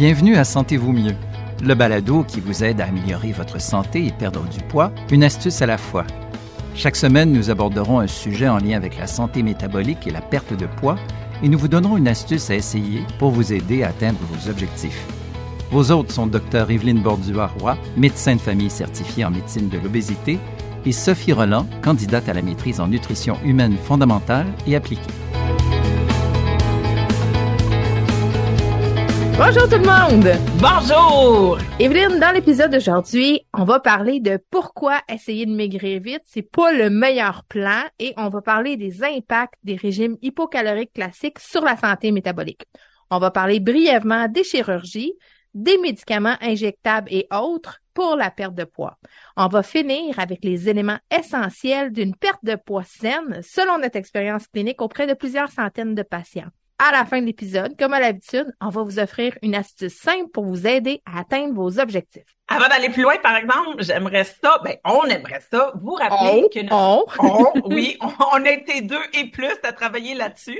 Bienvenue à Sentez-vous mieux, le balado qui vous aide à améliorer votre santé et perdre du poids, une astuce à la fois. Chaque semaine, nous aborderons un sujet en lien avec la santé métabolique et la perte de poids et nous vous donnerons une astuce à essayer pour vous aider à atteindre vos objectifs. Vos hôtes sont Dr Evelyne Bordua-Roy, médecin de famille certifiée en médecine de l'obésité, et Sophie Roland, candidate à la maîtrise en nutrition humaine fondamentale et appliquée. Bonjour tout le monde! Bonjour! Evelyne, dans l'épisode d'aujourd'hui, on va parler de pourquoi essayer de maigrir vite, c'est pas le meilleur plan et on va parler des impacts des régimes hypocaloriques classiques sur la santé métabolique. On va parler brièvement des chirurgies, des médicaments injectables et autres pour la perte de poids. On va finir avec les éléments essentiels d'une perte de poids saine selon notre expérience clinique auprès de plusieurs centaines de patients. À la fin de l'épisode, comme à l'habitude, on va vous offrir une astuce simple pour vous aider à atteindre vos objectifs. Avant d'aller plus loin, par exemple, on aimerait ça, vous rappeler on a été 2 et plus à travailler là-dessus.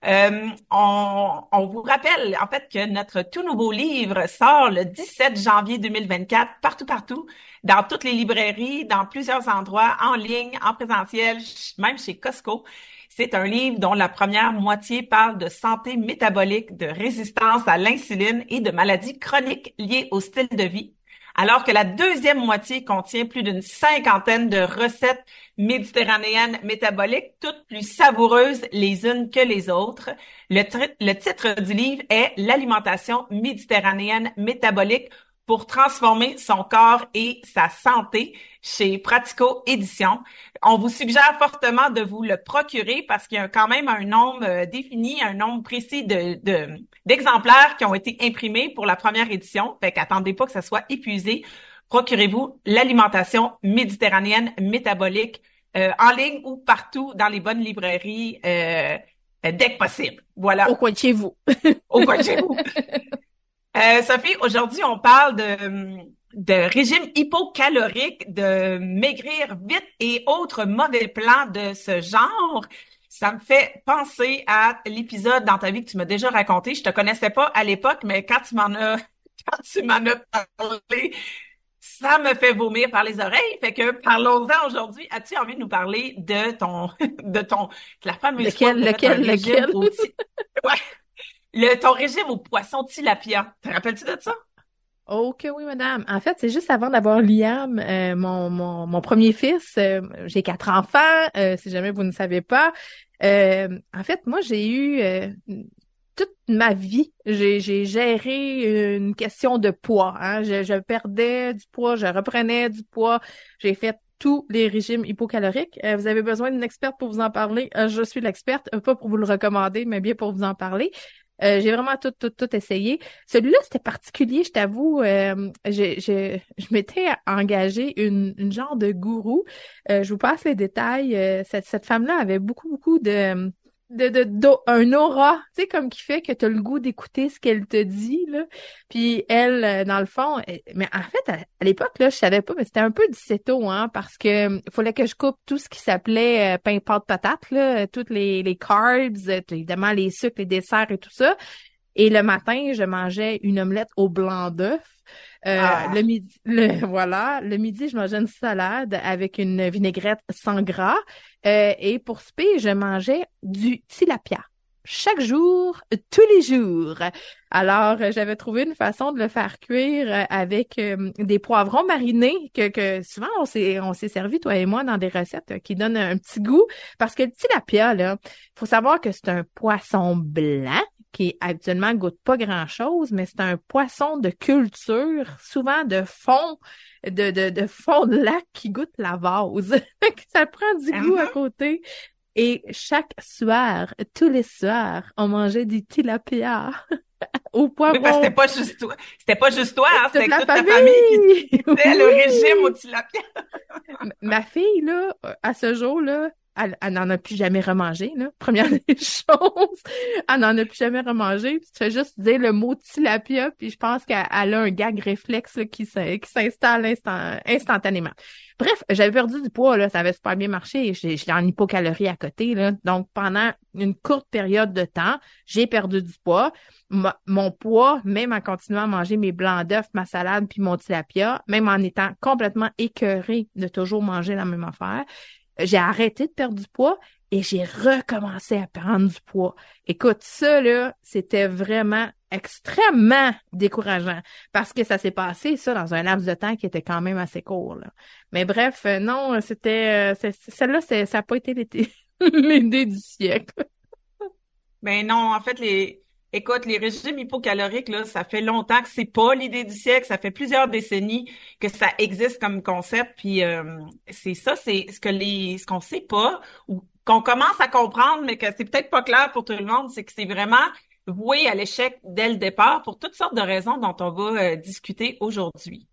On vous rappelle, en fait, que notre tout nouveau livre sort le 17 janvier 2024, partout, dans toutes les librairies, dans plusieurs endroits, en ligne, en présentiel, même chez Costco. C'est un livre dont la première moitié parle de santé métabolique, de résistance à l'insuline et de maladies chroniques liées au style de vie, alors que la deuxième moitié contient plus d'une 50aine de recettes méditerranéennes métaboliques, toutes plus savoureuses les unes que les autres. Le titre du livre est « L'alimentation méditerranéenne métabolique pour transformer son corps et sa santé » chez Pratico Éditions. On vous suggère fortement de vous le procurer parce qu'il y a quand même un nombre défini, un nombre précis d'exemplaires qui ont été imprimés pour la première édition. Fait qu'attendez pas que ça soit épuisé. Procurez-vous l'alimentation méditerranéenne métabolique en ligne ou partout dans les bonnes librairies dès que possible. Voilà. Au coin de chez vous. Au coin de chez vous. Sophie, aujourd'hui, on parle de régime hypocalorique, de maigrir vite et autres mauvais plans de ce genre. Ça me fait penser à l'épisode dans ta vie que tu m'as déjà raconté. Je te connaissais pas à l'époque, mais quand tu m'en as parlé, ça me fait vomir par les oreilles. Fait que parlons-en aujourd'hui. As-tu envie de nous parler de la fameuse Lequel? Ton régime au poisson tilapia. Te rappelles-tu de ça? Oh que oui, madame. En fait, c'est juste avant d'avoir Liam, mon premier fils. J'ai 4 enfants, si jamais vous ne savez pas. En fait, moi, j'ai eu toute ma vie, j'ai géré une question de poids. Hein. Je perdais du poids, je reprenais du poids. J'ai fait tous les régimes hypocaloriques. Vous avez besoin d'une experte pour vous en parler. Je suis l'experte, pas pour vous le recommander, mais bien pour vous en parler. J'ai vraiment tout essayé. Celui-là, c'était particulier, je t'avoue. Je m'étais engagée une genre de gourou. Je vous passe les détails. Cette femme-là avait beaucoup un aura, tu sais, comme qui fait que tu as le goût d'écouter ce qu'elle te dit, là. Puis elle, dans le fond, mais en fait, à l'époque, là, je savais pas, mais c'était un peu du céto, hein, parce que fallait que je coupe tout ce qui s'appelait pain, pâte, patate, là, toutes les carbs, évidemment les sucres, les desserts et tout ça. Et le matin, je mangeais une omelette au blanc d'œuf. Le midi, je mangeais une salade avec une vinaigrette sans gras. Et pour souper, je mangeais du tilapia. Chaque jour, tous les jours. Alors, j'avais trouvé une façon de le faire cuire avec des poivrons marinés que souvent on s'est servi, toi et moi, dans des recettes qui donnent un petit goût. Parce que le tilapia, là, faut savoir que c'est un poisson blanc qui habituellement goûte pas grand-chose, mais c'est un poisson de culture, souvent de fond, de fond de lac qui goûte la vase. Ça prend du goût à côté. Et chaque soir, tous les soirs, on mangeait du tilapia au poivron. Oui, parce que c'était pas juste toi, hein, c'était toute la famille qui faisait le régime au tilapia. Ma fille, là, à ce jour-là, elle n'en a plus jamais remangé, là. Première des choses. Elle n'en a plus jamais remangé. Puis tu fais juste dire le mot tilapia, puis je pense qu'elle a un gag réflexe là, qui s'installe instantanément. Bref, j'avais perdu du poids, là. Ça avait super bien marché. J'étais en hypocalorie à côté, là. Donc, pendant une courte période de temps, j'ai perdu du poids. Mon poids, même en continuant à manger mes blancs d'œufs, ma salade puis mon tilapia, même en étant complètement écœurée de toujours manger la même affaire, j'ai arrêté de perdre du poids et j'ai recommencé à prendre du poids. Écoute, ça, là, c'était vraiment extrêmement décourageant parce que ça s'est passé, ça, dans un laps de temps qui était quand même assez court, là. Mais bref, non, celle-là, ça n'a pas été l'idée du siècle. Ben non, en fait, écoute, les régimes hypocaloriques, là, ça fait longtemps que c'est pas l'idée du siècle, ça fait plusieurs décennies que ça existe comme concept, puis c'est ça, c'est ce qu'on sait pas, ou qu'on commence à comprendre, mais que c'est peut-être pas clair pour tout le monde, c'est que c'est vraiment voué à l'échec dès le départ pour toutes sortes de raisons dont on va discuter aujourd'hui.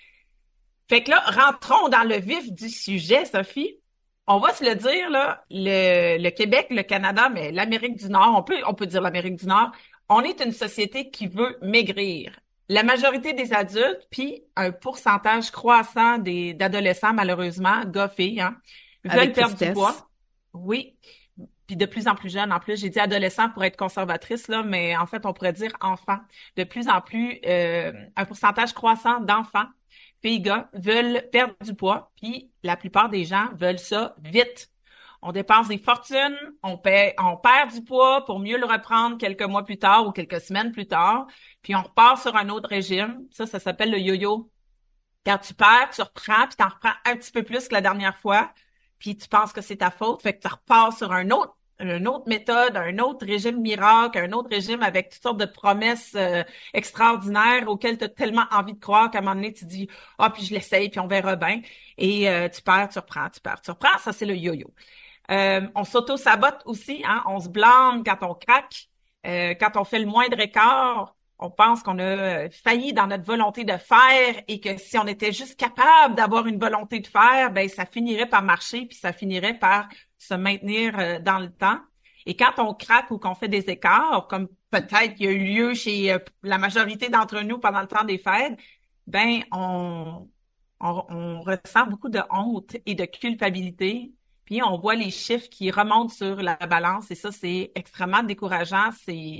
Fait que là, rentrons dans le vif du sujet, Sophie. On va se le dire, là, le Québec, le Canada, mais l'Amérique du Nord, on peut dire l'Amérique du Nord, on est une société qui veut maigrir. La majorité des adultes, puis un pourcentage croissant d'adolescents, malheureusement, gars, filles, veulent perdre du poids. Oui. Puis de plus en plus jeunes. En plus, j'ai dit adolescents pour être conservatrice, là, mais en fait, on pourrait dire enfants. De plus en plus, un pourcentage croissant d'enfants, filles, gars, veulent perdre du poids, puis la plupart des gens veulent ça vite. On dépense des fortunes, on perd du poids pour mieux le reprendre quelques mois plus tard ou quelques semaines plus tard, puis on repart sur un autre régime. Ça s'appelle le yo-yo. Quand tu perds, tu reprends, puis t'en reprends un petit peu plus que la dernière fois, puis tu penses que c'est ta faute, fait que tu repars sur une autre méthode, un autre régime miracle, un autre régime avec toutes sortes de promesses extraordinaires auxquelles tu as tellement envie de croire qu'à un moment donné, tu dis « Ah, puis je l'essaye, puis on verra bien. » Et tu perds, tu reprends, tu perds, tu reprends. Ça, c'est le yo-yo. On s'auto-sabote aussi, hein? On se blâme quand on craque, quand on fait le moindre écart. On pense qu'on a failli dans notre volonté de faire et que si on était juste capable d'avoir une volonté de faire, ben ça finirait par marcher puis ça finirait par se maintenir dans le temps. Et quand on craque ou qu'on fait des écarts, comme peut-être qu'il y a eu lieu chez la majorité d'entre nous pendant le temps des fêtes, ben on ressent beaucoup de honte et de culpabilité. Puis on voit les chiffres qui remontent sur la balance et ça, c'est extrêmement décourageant. C'est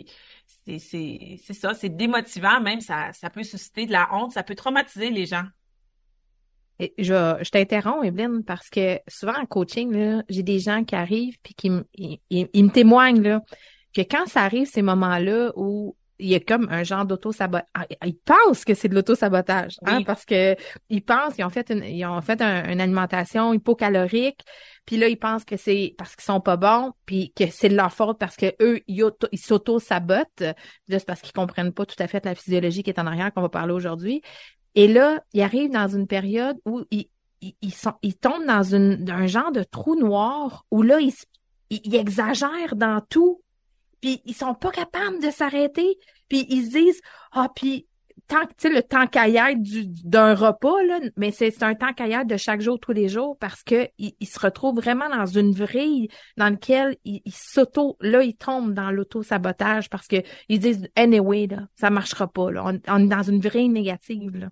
ça, c'est démotivant même. Ça peut susciter de la honte, ça peut traumatiser les gens. Et je t'interromps, Evelyne, parce que souvent en coaching, là, j'ai des gens qui arrivent puis ils me témoignent là, que quand ça arrive, ces moments-là où il y a comme un genre d'auto-sabotage. Ils pensent que c'est de l'auto-sabotage, hein, Oui. parce que ils pensent qu'ils ont fait une alimentation hypocalorique, puis là ils pensent que c'est parce qu'ils sont pas bons, puis que c'est de leur faute parce que eux ils s'auto-sabotent. Puis là, c'est parce qu'ils comprennent pas tout à fait la physiologie qui est en arrière qu'on va parler aujourd'hui. Et là, ils arrivent dans une période où ils tombent dans un genre de trou noir où là ils exagèrent dans tout. Puis ils sont pas capables de s'arrêter. Puis ils se disent puis tant tu sais le temps qu'ailleurs d'un repas là, mais c'est un temps qu'ailleurs de chaque jour tous les jours parce que ils se retrouvent vraiment dans une vrille dans laquelle ils tombent dans l'auto-sabotage parce que ils disent anyway là, ça marchera pas là, on est dans une vrille négative là.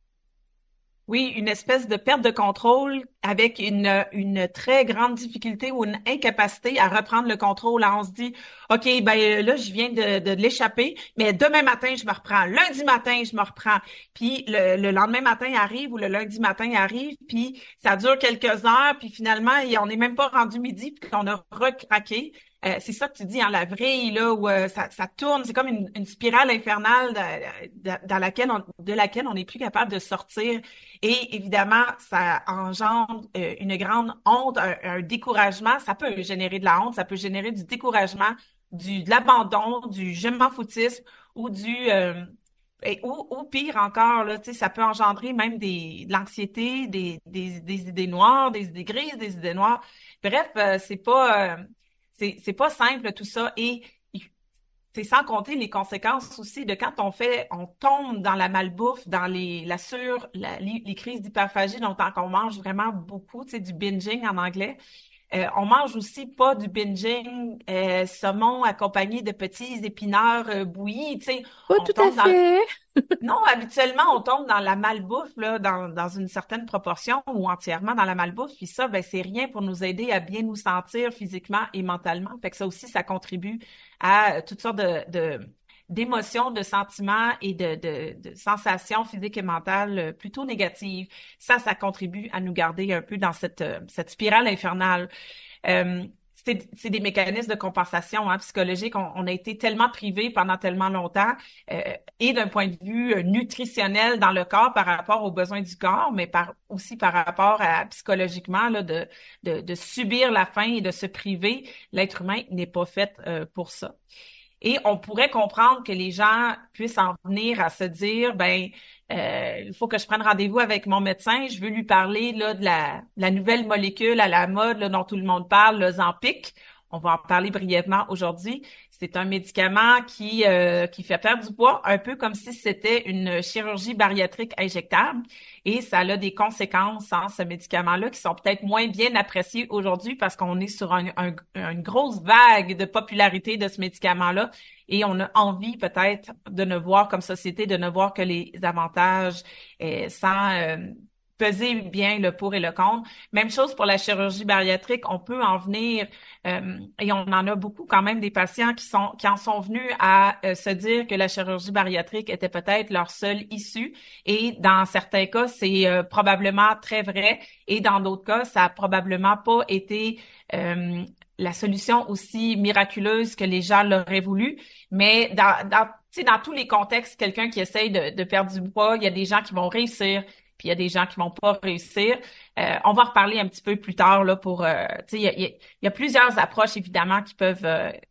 Oui, une espèce de perte de contrôle avec une très grande difficulté ou une incapacité à reprendre le contrôle. Là, on se dit, OK, ben là, je viens de l'échapper, mais demain matin, je me reprends. Lundi matin, je me reprends. Puis le lendemain matin arrive ou le lundi matin arrive, puis ça dure quelques heures, puis finalement, on n'est même pas rendu midi, puis qu'on a recraqué. C'est ça que tu dis, hein, la vrille, là, où ça tourne, c'est comme une spirale infernale de laquelle on n'est plus capable de sortir. Et évidemment, ça engendre une grande honte, un découragement. Ça peut générer de la honte, ça peut générer du découragement, de l'abandon, du je m'en foutisme ou ou pire encore, là, tu sais, ça peut engendrer même de l'anxiété, des idées noires, des idées grises, des idées noires. Bref, c'est pas simple tout ça et c'est sans compter les conséquences aussi de quand on tombe dans la malbouffe, dans les crises d'hyperphagie, donc quand on mange vraiment beaucoup, tu sais, du binging en anglais. On mange aussi pas du binging, saumon accompagné de petits épinards bouillis, tu sais, Pas on tout à tombe dans fait. non, habituellement, on tombe dans la malbouffe, là, dans une certaine proportion ou entièrement dans la malbouffe. Puis ça, ben, c'est rien pour nous aider à bien nous sentir physiquement et mentalement. Fait que ça aussi, ça contribue à toutes sortes d'émotions, de sentiments et de sensations physiques et mentales plutôt négatives. Ça contribue à nous garder un peu dans cette spirale infernale. Euh, c'est des mécanismes de compensation psychologique. On a été tellement privés pendant tellement longtemps, et d'un point de vue nutritionnel dans le corps par rapport aux besoins du corps, mais aussi par rapport à psychologiquement là, de subir la faim et de se priver. L'être humain n'est pas fait pour ça. Et on pourrait comprendre que les gens puissent en venir à se dire, il faut que je prenne rendez-vous avec mon médecin. Je veux lui parler là de la nouvelle molécule à la mode là, dont tout le monde parle, le Ozempic. On va en parler brièvement aujourd'hui. C'est un médicament qui fait perdre du poids, un peu comme si c'était une chirurgie bariatrique injectable. Et ça a des conséquences, ce médicament-là, qui sont peut-être moins bien appréciées aujourd'hui parce qu'on est sur une grosse vague de popularité de ce médicament-là. Et on a envie peut-être de ne voir comme société, de ne voir que les avantages sans peser bien le pour et le contre. Même chose pour la chirurgie bariatrique, on peut en venir, et on en a beaucoup quand même des patients qui en sont venus à se dire que la chirurgie bariatrique était peut-être leur seule issue. Et dans certains cas, c'est probablement très vrai. Et dans d'autres cas, ça a probablement pas été la solution aussi miraculeuse que les gens l'auraient voulu. Mais dans tous les contextes, quelqu'un qui essaye de perdre du poids, il y a des gens qui vont réussir, puis il y a des gens qui vont pas réussir. On va en reparler un petit peu plus tard là pour il y a plusieurs approches évidemment qui peuvent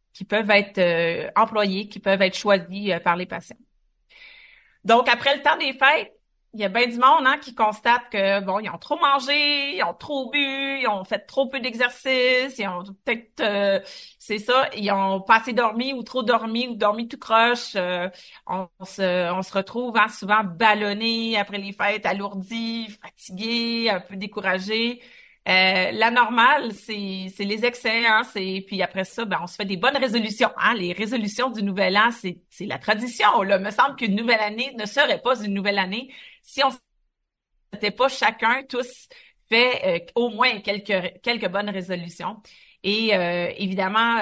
être employées, qui peuvent être choisies par les patients. Donc après le temps des fêtes, il y a bien du monde qui constate que bon, ils ont trop mangé, ils ont trop bu, ils ont fait trop peu d'exercice, ils ont peut-être c'est ça, ils ont pas assez dormi ou trop dormi ou dormi tout croche. On se retrouve souvent ballonné après les fêtes, alourdi, fatigué, un peu découragé. La normale, c'est les excès, puis après ça, on se fait des bonnes résolutions, Les résolutions du nouvel an, c'est la tradition, là. Il me semble qu'une nouvelle année ne serait pas une nouvelle année si on s'était pas chacun, tous, fait au moins quelques bonnes résolutions. Et évidemment,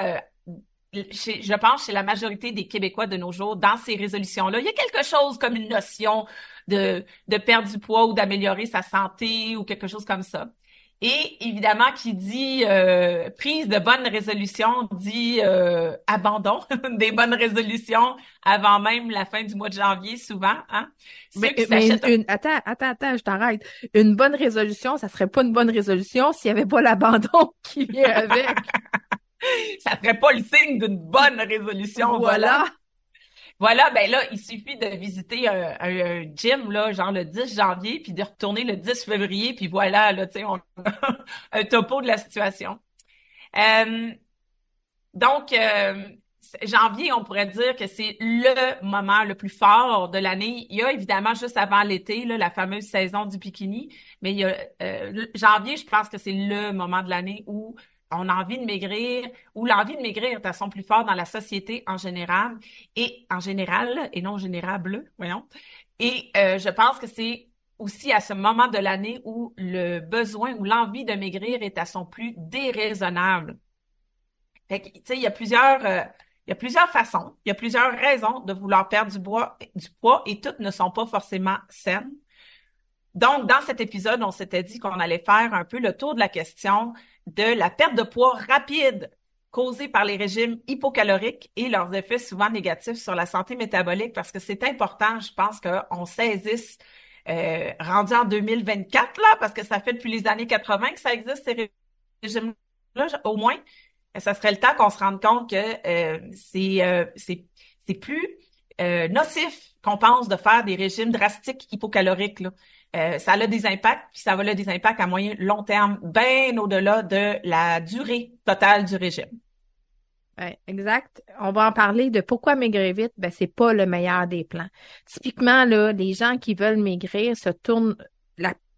je pense chez la majorité des Québécois de nos jours, dans ces résolutions-là, il y a quelque chose comme une notion de perdre du poids ou d'améliorer sa santé ou quelque chose comme ça. Et évidemment, qui dit prise de bonnes résolutions, dit abandon des bonnes résolutions avant même la fin du mois de janvier, souvent. Mais attends, je t'arrête. Une bonne résolution, ça serait pas une bonne résolution s'il y avait pas l'abandon qui vient avec. Ça serait pas le signe d'une bonne résolution. Voilà. Voilà, là, il suffit de visiter un gym, là, genre le 10 janvier, puis de retourner le 10 février, puis voilà, là, tu sais, on a un topo de la situation. Donc, janvier, on pourrait dire que c'est le moment le plus fort de l'année. Il y a évidemment juste avant l'été, là, la fameuse saison du bikini, mais il y a janvier, je pense que c'est le moment de l'année où on a envie de maigrir, ou l'envie de maigrir est à son plus fort dans la société en général, et non générable, voyons. Et je pense que c'est aussi à ce moment de l'année où le besoin ou l'envie de maigrir est à son plus déraisonnable. Fait que, tu sais, il y a plusieurs façons, il y a plusieurs raisons de vouloir perdre du poids, et toutes ne sont pas forcément saines. Donc, dans cet épisode, on s'était dit qu'on allait faire un peu le tour de la question de la perte de poids rapide causée par les régimes hypocaloriques et leurs effets souvent négatifs sur la santé métabolique, parce que c'est important, je pense, qu'on saisisse, rendu en 2024, là, parce que ça fait depuis les années 80 que ça existe, ces régimes-là, au moins. Ça serait le temps qu'on se rende compte que c'est plus nocif qu'on pense de faire des régimes drastiques hypocaloriques, là. Ça a des impacts, puis ça va avoir des impacts à moyen long terme, bien au-delà de la durée totale du régime. Ouais, exact. On va en parler de pourquoi maigrir vite. C'est pas le meilleur des plans. Typiquement, là, les gens qui veulent maigrir se tournent la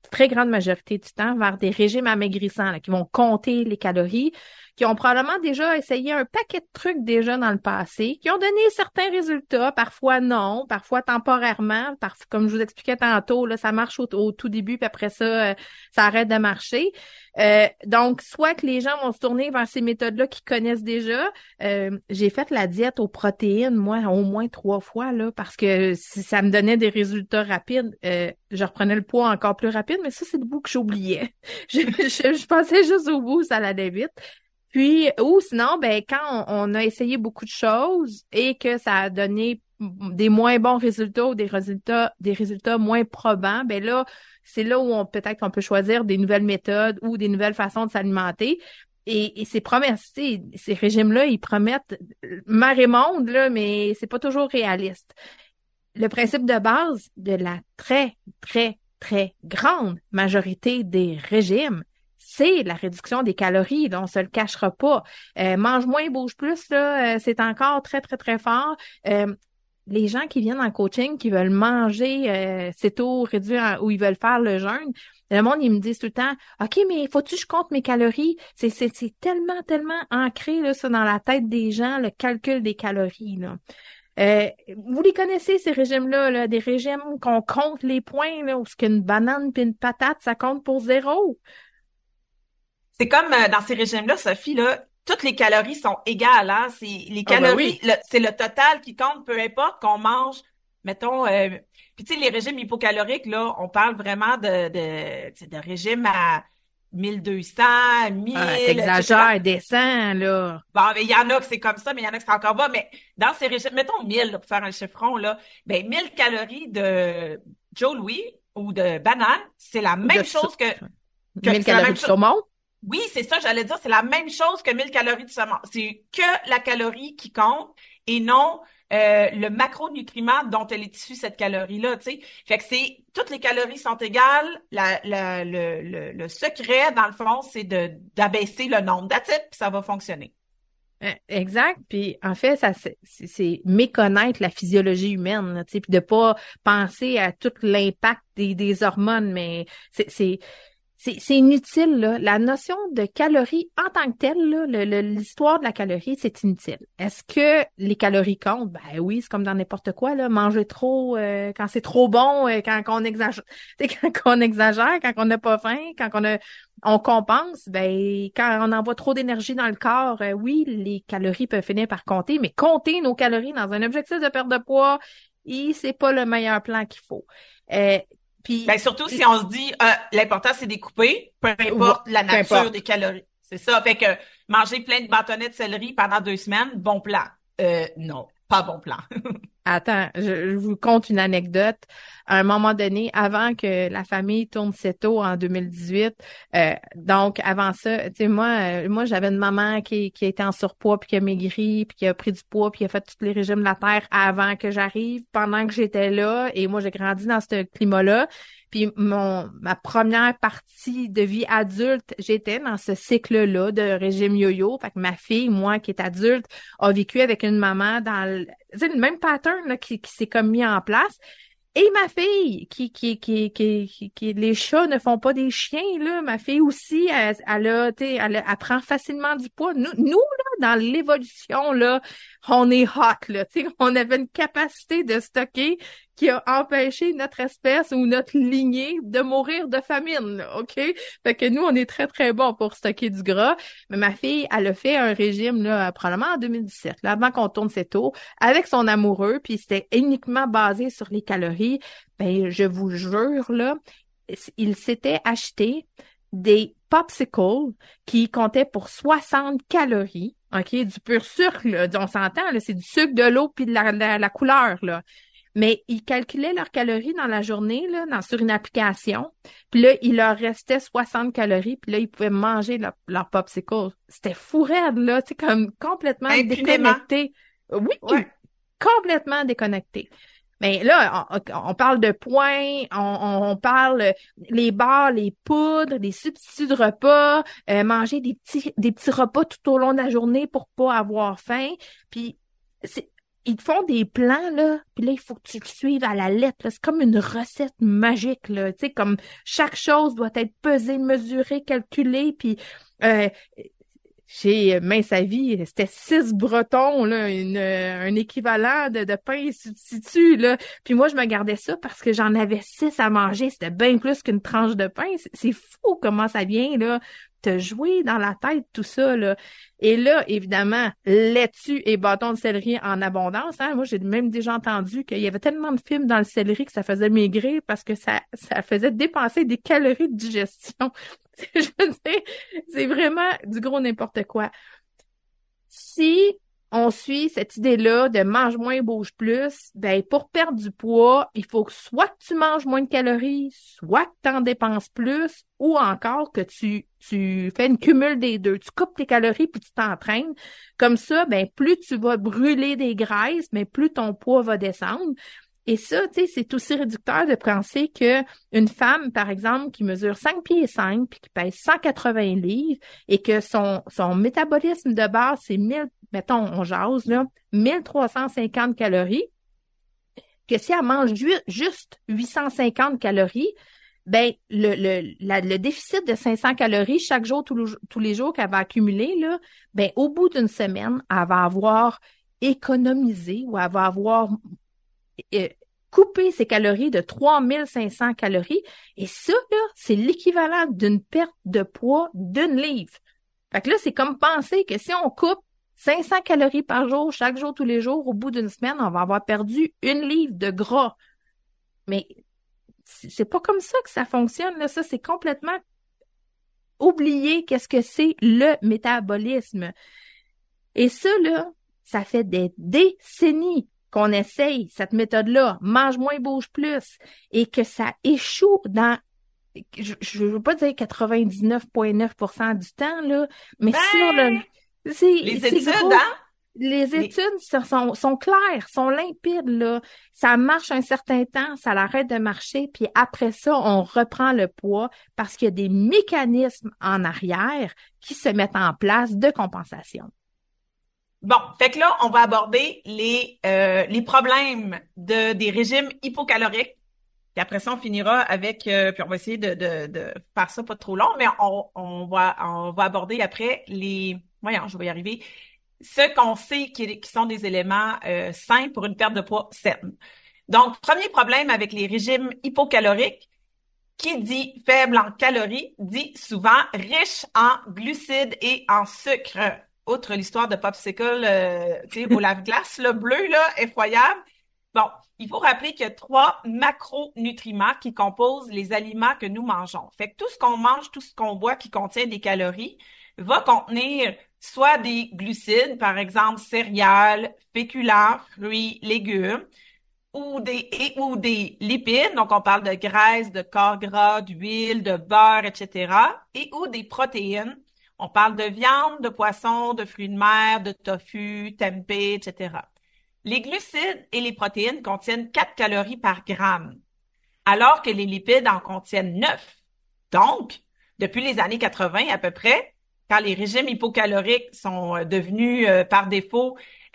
très grande majorité du temps vers des régimes amaigrissants là, qui vont compter les calories, qui ont probablement déjà essayé un paquet de trucs déjà dans le passé, qui ont donné certains résultats, parfois non, parfois temporairement, parfois, comme je vous expliquais tantôt, là, ça marche au tout début, puis après ça, ça arrête de marcher. Donc, soit que les gens vont se tourner vers ces méthodes-là qu'ils connaissent déjà. J'ai fait la diète aux protéines, moi, au moins 3 fois, là, parce que si ça me donnait des résultats rapides, je reprenais le poids encore plus rapide, mais ça, c'est le bout que j'oubliais. Je pensais juste au bout, ça allait vite. Puis, ou sinon, ben, quand on a essayé beaucoup de choses et que ça a donné des moins bons résultats ou des résultats moins probants, ben là, c'est là où peut-être qu'on peut choisir des nouvelles méthodes ou des nouvelles façons de s'alimenter. Et ces promesses, ces régimes-là, ils promettent mer et monde, là, mais c'est pas toujours réaliste. Le principe de base de la très, très, très grande majorité des régimes, c'est la réduction des calories, là, on se le cachera pas. Mange moins, bouge plus, là, c'est encore très, très, très fort. Les gens qui viennent en coaching, qui veulent manger céto, réduire ou ils veulent faire le jeûne, le monde, ils me disent tout le temps, OK, mais faut-tu que je compte mes calories? C'est tellement, tellement ancré, là, ça, dans la tête des gens, le calcul des calories, là. Vous les connaissez, ces régimes-là, là, des régimes qu'on compte les points, là, où ce qu'une banane puis une patate, ça compte pour 0. C'est comme dans ces régimes-là, Sophie, là, toutes les calories sont égales, hein? C'est les calories, Oui. c'est le total qui compte, peu importe qu'on mange, mettons, puis tu sais, les régimes hypocaloriques, là, on parle vraiment de régimes à 1200, 1000, T'exagères, etc. descends, là. Bon, mais il y en a que c'est comme ça, mais il y en a que c'est encore bas, mais dans ces régimes, mettons 1000, là, pour faire un chiffron, là, ben 1000 calories de Joe Louis ou de banane, c'est la même chose que 1000 c'est la calories même de chose. saumon. Oui, c'est ça, j'allais dire, c'est la même chose que 1000 calories de saumon. C'est que la calorie qui compte et non le macronutriment dont elle est issue, cette calorie-là, tu sais. Fait que toutes les calories sont égales. Le secret, dans le fond, c'est d'abaisser le nombre. That's it, puis ça va fonctionner. Exact. Puis en fait, ça c'est méconnaître la physiologie humaine, là, tu sais, puis de pas penser à tout l'impact des hormones, mais c'est inutile, là. La notion de calories en tant que telle, là, l'histoire de la calorie, c'est inutile. Est-ce que les calories comptent? Ben oui, c'est comme dans n'importe quoi, là. Manger trop quand c'est trop bon, quand on exagère, quand on n'a pas faim, quand on compense, ben quand on envoie trop d'énergie dans le corps, oui, les calories peuvent finir par compter, mais compter nos calories dans un objectif de perte de poids, c'est pas le meilleur plan qu'il faut. Puis, ben surtout si on se dit l'important c'est découper, peu importe la nature des calories. C'est ça. Fait que manger plein de bâtonnets de céleri pendant 2 semaines, bon plan. Non, pas bon plan. Attends, je vous conte une anecdote. À un moment donné, avant que la famille tourne Céto en 2018, donc avant ça, tu sais, moi j'avais une maman qui était en surpoids, puis qui a maigri, puis qui a pris du poids, puis qui a fait tous les régimes de la terre avant que j'arrive, pendant que j'étais là, et moi j'ai grandi dans ce climat-là. Puis ma première partie de vie adulte, j'étais dans ce cycle-là de régime yo-yo. Fait que ma fille, moi qui est adulte, a vécu avec une maman dans le même pattern là, qui s'est comme mis en place. Et ma fille, qui les chats ne font pas des chiens, là. Ma fille aussi, elle prend facilement du poids. Nous, là, dans l'évolution, là, on est hot, là. Tu sais, on avait une capacité de stocker qui a empêché notre espèce ou notre lignée de mourir de famine, là, OK? Fait que nous, on est très, très bons pour stocker du gras. Mais ma fille, elle a fait un régime, là, probablement en 2017, là, avant qu'on tourne ses tours, avec son amoureux, puis c'était uniquement basé sur les calories. Ben, je vous jure, là, il s'était acheté des popsicles qui comptaient pour 60 calories, OK? Du pur sucre, là, on s'entend, là, c'est du sucre, de l'eau, puis de la couleur, là. Mais ils calculaient leurs calories dans la journée, là, sur une application. Puis là, il leur restait 60 calories. Puis là, ils pouvaient manger leur popsicle. C'était fou raide, là. Tu sais, comme complètement déconnecté. Oui, ouais. Complètement déconnecté. Mais là, on parle de points, on parle les bars, les poudres, des substituts de repas, manger des petits repas tout au long de la journée pour pas avoir faim. Puis ils te font des plans, là, puis là, il faut que tu le suives à la lettre, là. C'est comme une recette magique, là. Tu sais, comme chaque chose doit être pesée, mesurée, calculée, puis chez Mince à Vie, c'était 6 bretons, là, un équivalent de pain substitut, là. Puis moi, je me gardais ça parce que j'en avais 6 à manger. C'était bien plus qu'une tranche de pain. C'est fou comment ça vient, là, te jouer dans la tête, tout ça, là. Et là, évidemment, laitue et bâton de céleri en abondance, hein. Moi, j'ai même déjà entendu qu'il y avait tellement de fibres dans le céleri que ça faisait maigrir parce que ça faisait dépenser des calories de digestion. Je veux dire, c'est vraiment du gros n'importe quoi. Si on suit cette idée-là de mange moins, bouge plus, ben pour perdre du poids, il faut que soit que tu manges moins de calories, soit que tu en dépenses plus, ou encore que tu fais une cumule des deux. Tu coupes tes calories puis tu t'entraînes. Comme ça, ben plus tu vas brûler des graisses, mais plus ton poids va descendre. Et ça, tu sais, c'est aussi réducteur de penser que une femme, par exemple, qui mesure 5 pieds et 5 puis qui pèse 180 livres et que son métabolisme de base, c'est 1000, mettons, on jase, là, 1350 calories, que si elle mange juste 850 calories, ben, le déficit de 500 calories chaque jour, tous les jours qu'elle va accumuler, là, ben, au bout d'une semaine, elle va avoir économisé ou elle va avoir couper ses calories de 3500 calories. Et ça, là, c'est l'équivalent d'une perte de poids d'une livre. Fait que là, c'est comme penser que si on coupe 500 calories par jour, chaque jour, tous les jours, au bout d'une semaine, on va avoir perdu une livre de gras. Mais c'est pas comme ça que ça fonctionne, là. Ça, c'est complètement oublier qu'est-ce que c'est le métabolisme. Et ça, là, ça fait des décennies qu'on essaye cette méthode-là, mange moins, bouge plus, et que ça échoue dans, je veux pas dire 99,9% du temps, là, mais sur le, les études, gros. hein? Les études sont claires, sont limpides, là. Ça marche un certain temps, ça l'arrête de marcher, puis après ça, on reprend le poids parce qu'il y a des mécanismes en arrière qui se mettent en place de compensation. Bon, fait que là, on va aborder les problèmes des régimes hypocaloriques. Puis après ça, on finira avec, puis on va essayer de faire ça pas trop long, mais on va aborder après voyons, je vais y arriver, ce qu'on sait qui sont des éléments sains pour une perte de poids saine. Donc, premier problème avec les régimes hypocaloriques, qui dit faible en calories, dit souvent riche en glucides et en sucre. Outre l'histoire de Popsicle, tu sais, au lave-glace, le bleu, là, effroyable. Bon, il faut rappeler qu'il y a 3 macronutriments qui composent les aliments que nous mangeons. Fait que tout ce qu'on mange, tout ce qu'on boit qui contient des calories va contenir soit des glucides, par exemple céréales, féculents, fruits, légumes, ou des lipides, donc on parle de graisse, de corps gras, d'huile, de beurre, etc., ou des protéines. On parle de viande, de poisson, de fruits de mer, de tofu, tempeh, etc. Les glucides et les protéines contiennent 4 calories par gramme, alors que les lipides en contiennent 9. Donc, depuis les années 80 à peu près, quand les régimes hypocaloriques sont devenus par défaut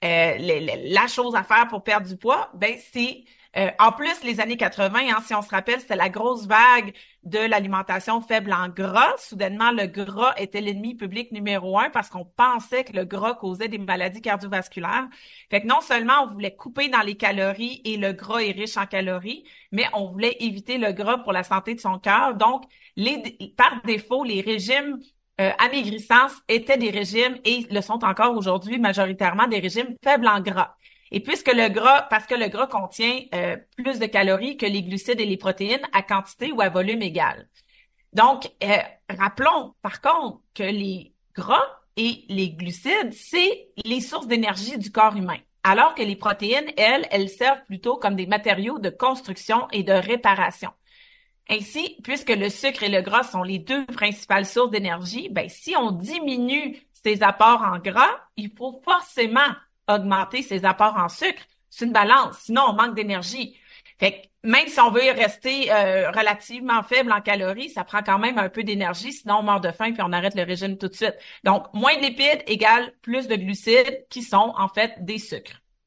la chose à faire pour perdre du poids, ben c'est en plus les années 80, hein, si on se rappelle, c'était la grosse vague de l'alimentation faible en gras. Soudainement, le gras était l'ennemi public numéro 1 parce qu'on pensait que le gras causait des maladies cardiovasculaires. Fait que non seulement on voulait couper dans les calories et le gras est riche en calories, mais on voulait éviter le gras pour la santé de son cœur. Donc, par défaut, les régimes amaigrissants étaient des régimes et le sont encore aujourd'hui majoritairement des régimes faibles en gras. Et parce que le gras contient plus de calories que les glucides et les protéines à quantité ou à volume égal. Donc, rappelons par contre que les gras et les glucides, c'est les sources d'énergie du corps humain. Alors que les protéines, elles servent plutôt comme des matériaux de construction et de réparation. Ainsi, puisque le sucre et le gras sont les 2 principales sources d'énergie, ben si on diminue ces apports en gras, il faut forcément augmenter ses apports en sucre. C'est une balance, sinon on manque d'énergie. Fait que même si on veut rester relativement faible en calories, ça prend quand même un peu d'énergie, sinon on meurt de faim puis on arrête le régime tout de suite. Donc, moins de lipides égale plus de glucides qui sont en fait des sucres.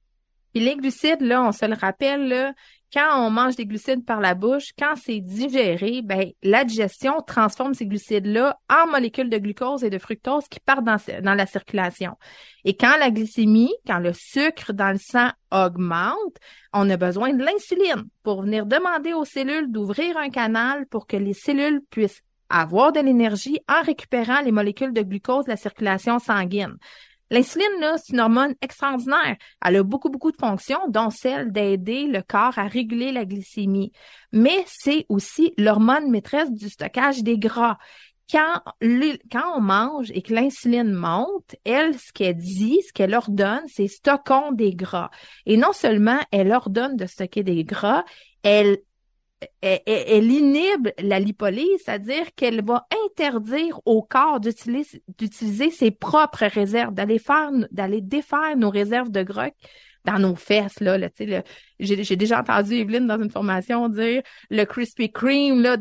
Puis les glucides, là, on se le rappelle, là, quand on mange des glucides par la bouche, quand c'est digéré, ben la digestion transforme ces glucides-là en molécules de glucose et de fructose qui partent dans la circulation. Et quand la glycémie, quand le sucre dans le sang augmente, on a besoin de l'insuline pour venir demander aux cellules d'ouvrir un canal pour que les cellules puissent avoir de l'énergie en récupérant les molécules de glucose de la circulation sanguine. L'insuline, là, c'est une hormone extraordinaire. Elle a beaucoup, beaucoup de fonctions, dont celle d'aider le corps à réguler la glycémie. Mais c'est aussi l'hormone maîtresse du stockage des gras. Quand on mange et que l'insuline monte, elle, ce qu'elle dit, ce qu'elle ordonne, c'est stockons des gras. Et non seulement elle ordonne de stocker des gras, elle inhibe la lipolyse, c'est-à-dire qu'elle va interdire au corps d'utiliser ses propres réserves, d'aller défaire nos réserves de gras dans nos fesses, là, tu sais, j'ai déjà entendu Evelyne dans une formation dire le Krispy Kreme, là,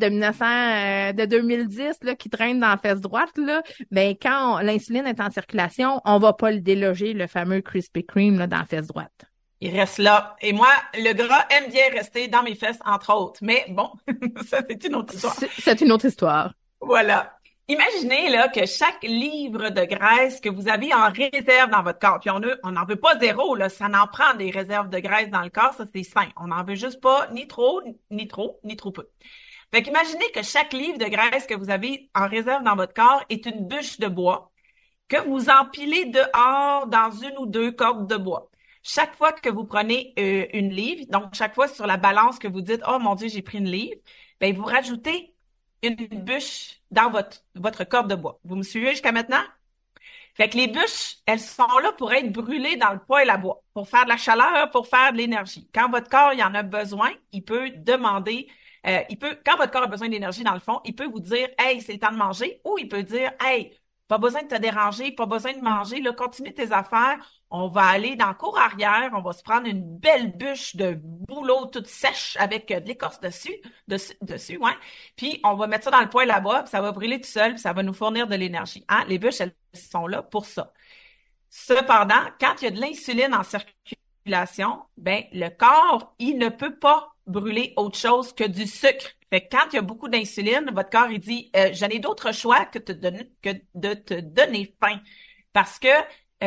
de 2010, là, qui traîne dans la fesse droite, là, ben, quand l'insuline est en circulation, on va pas le déloger, le fameux Krispy Kreme, là, dans la fesse droite. Il reste là. Et moi, le gras aime bien rester dans mes fesses, entre autres. Mais bon, ça, c'est une autre histoire. C'est une autre histoire. Voilà. Imaginez, là, que chaque livre de graisse que vous avez en réserve dans votre corps, puis on n'en veut pas zéro, là, ça en prend des réserves de graisse dans le corps, ça, c'est sain. On n'en veut juste pas ni trop peu. Fait qu'imaginez que chaque livre de graisse que vous avez en réserve dans votre corps est une bûche de bois que vous empilez dehors dans une ou deux cordes de bois. Chaque fois que vous prenez une livre, donc chaque fois sur la balance que vous dites « Oh mon Dieu, j'ai pris une livre », ben vous rajoutez une bûche dans votre corde de bois. Vous me suivez jusqu'à maintenant? Fait que les bûches, elles sont là pour être brûlées dans le poêle à bois, pour faire de la chaleur, pour faire de l'énergie. Quand votre corps il en a besoin, il peut demander, quand votre corps a besoin d'énergie dans le fond, il peut vous dire « Hey, c'est le temps de manger » ou il peut dire « Hey, pas besoin de te déranger, pas besoin de manger, là, continue tes affaires. On va aller dans la cour arrière, on va se prendre une belle bûche de bouleau toute sèche avec de l'écorce dessus, ouais. Puis on va mettre ça dans le poêle à bois, puis ça va brûler tout seul, puis ça va nous fournir de l'énergie. Hein? Les bûches, elles sont là pour ça. Cependant, quand il y a de l'insuline en circulation, ben le corps, il ne peut pas brûler autre chose que du sucre. Fait que quand il y a beaucoup d'insuline, votre corps, il dit, je n'ai d'autre choix que de te donner faim. Parce que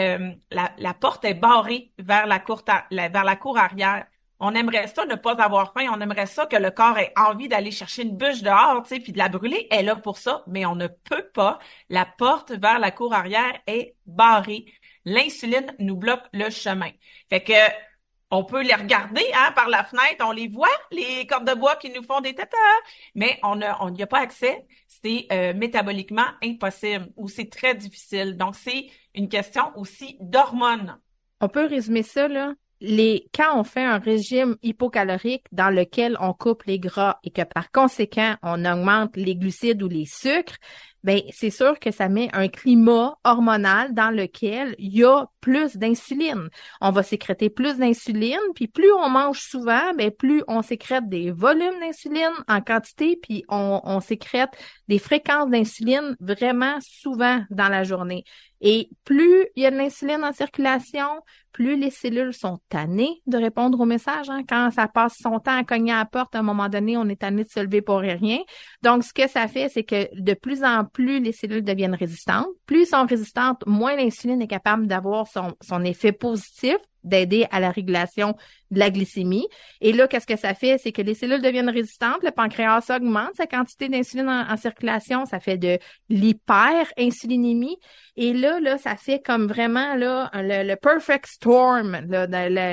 la porte est barrée vers la cour arrière. On aimerait ça ne pas avoir faim, on aimerait ça que le corps ait envie d'aller chercher une bûche dehors, tu sais, puis de la brûler. Elle est là pour ça, mais on ne peut pas. La porte vers la cour arrière est barrée. L'insuline nous bloque le chemin. Fait que on peut les regarder par la fenêtre, on les voit, les cordes de bois qui nous font des tatas, mais on n'y a pas accès. C'est métaboliquement impossible ou c'est très difficile. Donc, c'est une question aussi d'hormones. On peut résumer ça, là. Quand on fait un régime hypocalorique dans lequel on coupe les gras et que par conséquent, on augmente les glucides ou les sucres, ben c'est sûr que ça met un climat hormonal dans lequel il y a plus d'insuline. On va sécréter plus d'insuline, puis plus on mange souvent, ben plus on sécrète des volumes d'insuline en quantité, puis on sécrète des fréquences d'insuline vraiment souvent dans la journée. Et plus il y a de l'insuline en circulation, plus les cellules sont tannées de répondre au message. Hein. Quand ça passe son temps à cogner à la porte, à un moment donné, on est tanné de se lever pour rien. Donc, ce que ça fait, c'est que de plus en plus, les cellules deviennent résistantes. Plus elles sont résistantes, moins l'insuline est capable d'avoir son effet positif, d'aider à la régulation de la glycémie. Et là, qu'est-ce que ça fait? C'est que les cellules deviennent résistantes, le pancréas augmente sa quantité d'insuline en circulation, ça fait de l'hyperinsulinémie. Et là, ça fait comme vraiment là le perfect storm, là,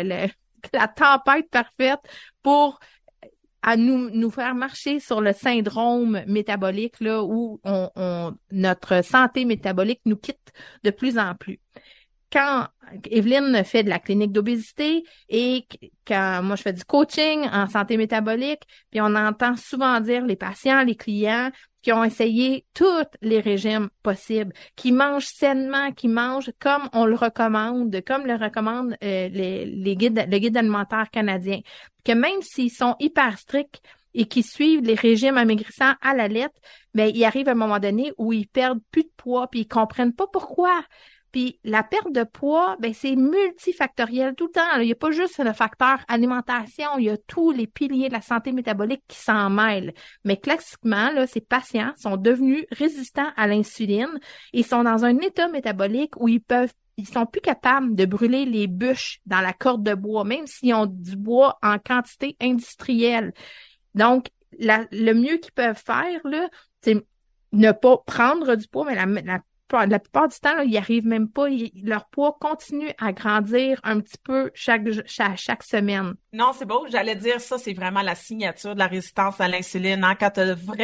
la tempête parfaite pour à nous faire marcher sur le syndrome métabolique là où notre santé métabolique nous quitte de plus en plus. Quand Evelyne fait de la clinique d'obésité et quand moi je fais du coaching en santé métabolique, puis on entend souvent dire les patients, les clients qui ont essayé tous les régimes possibles, qui mangent sainement, qui mangent comme on le recommande, comme le recommande le guide alimentaire canadien, que même s'ils sont hyper stricts et qui suivent les régimes amaigrissants à la lettre, ben il arrive un moment donné où ils perdent plus de poids puis ils comprennent pas pourquoi. Puis la perte de poids, ben c'est multifactoriel tout le temps. Là. Il n'y a pas juste le facteur alimentation, il y a tous les piliers de la santé métabolique qui s'en mêlent. Mais classiquement, là, ces patients sont devenus résistants à l'insuline et sont dans un état métabolique où ils sont plus capables de brûler les bûches dans la corde de bois, même s'ils ont du bois en quantité industrielle. Donc, le mieux qu'ils peuvent faire, là, c'est ne pas prendre du poids, mais la plupart du temps, là, ils n'y arrivent même pas. Leur poids continue à grandir un petit peu chaque semaine. Non, c'est beau. J'allais dire ça, c'est vraiment la signature de la résistance à l'insuline. Hein? Quand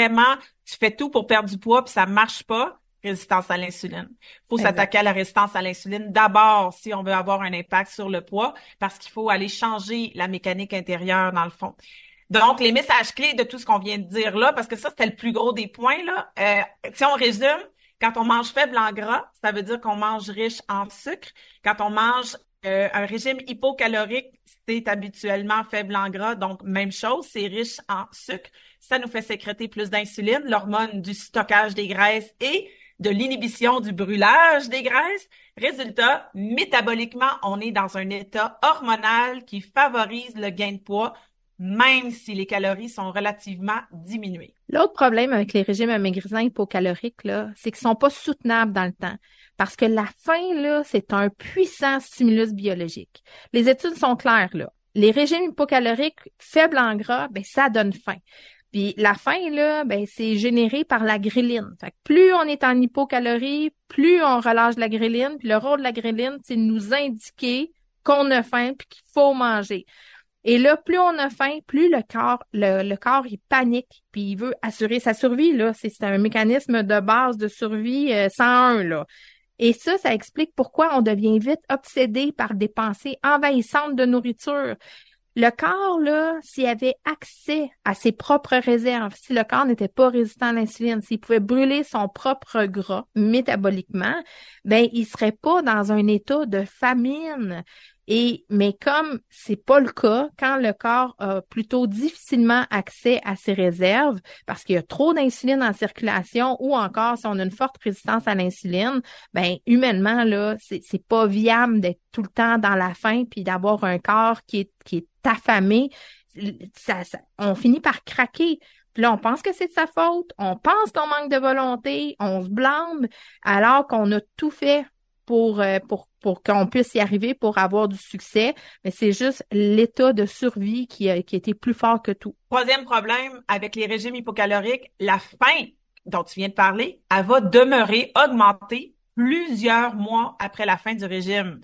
tu fais tout pour perdre du poids puis ça marche pas, résistance à l'insuline. Faut s'attaquer à la résistance à l'insuline d'abord si on veut avoir un impact sur le poids parce qu'il faut aller changer la mécanique intérieure dans le fond. Donc, les messages clés de tout ce qu'on vient de dire là, parce que ça, c'était le plus gros des points, là. Si on résume, quand on mange faible en gras, ça veut dire qu'on mange riche en sucre. Quand on mange un régime hypocalorique, c'est habituellement faible en gras, donc même chose, c'est riche en sucre. Ça nous fait sécréter plus d'insuline, l'hormone du stockage des graisses et de l'inhibition du brûlage des graisses. Résultat, métaboliquement, on est dans un état hormonal qui favorise le gain de poids, même si les calories sont relativement diminuées. L'autre problème avec les régimes amaigrissants hypocaloriques, là, c'est qu'ils sont pas soutenables dans le temps. Parce que la faim, là, c'est un puissant stimulus biologique. Les études sont claires, là. Les régimes hypocaloriques faibles en gras, ben, ça donne faim. Puis la faim, là, ben, c'est généré par la gréline. Fait que plus on est en hypocalorie, plus on relâche la gréline. Puis le rôle de la gréline, c'est de nous indiquer qu'on a faim puis qu'il faut manger. Et là, plus on a faim, plus le corps, il panique, puis il veut assurer sa survie, là. C'est un mécanisme de base de survie 101, là. Et ça explique pourquoi on devient vite obsédé par des pensées envahissantes de nourriture. Le corps, là, s'il avait accès à ses propres réserves, si le corps n'était pas résistant à l'insuline, s'il pouvait brûler son propre gras métaboliquement, ben, il serait pas dans un état de famine. Mais comme c'est pas le cas, quand le corps a plutôt difficilement accès à ses réserves parce qu'il y a trop d'insuline en circulation ou encore si on a une forte résistance à l'insuline, ben humainement là, c'est pas viable d'être tout le temps dans la faim puis d'avoir un corps qui est affamé. On finit par craquer. Puis là, on pense que c'est de sa faute, on pense qu'on manque de volonté, on se blâme alors qu'on a tout fait pour qu'on puisse y arriver, pour avoir du succès, mais c'est juste l'état de survie qui a été plus fort que tout. Troisième problème avec les régimes hypocaloriques, la faim dont tu viens de parler, elle va demeurer, augmenter plusieurs mois après la fin du régime.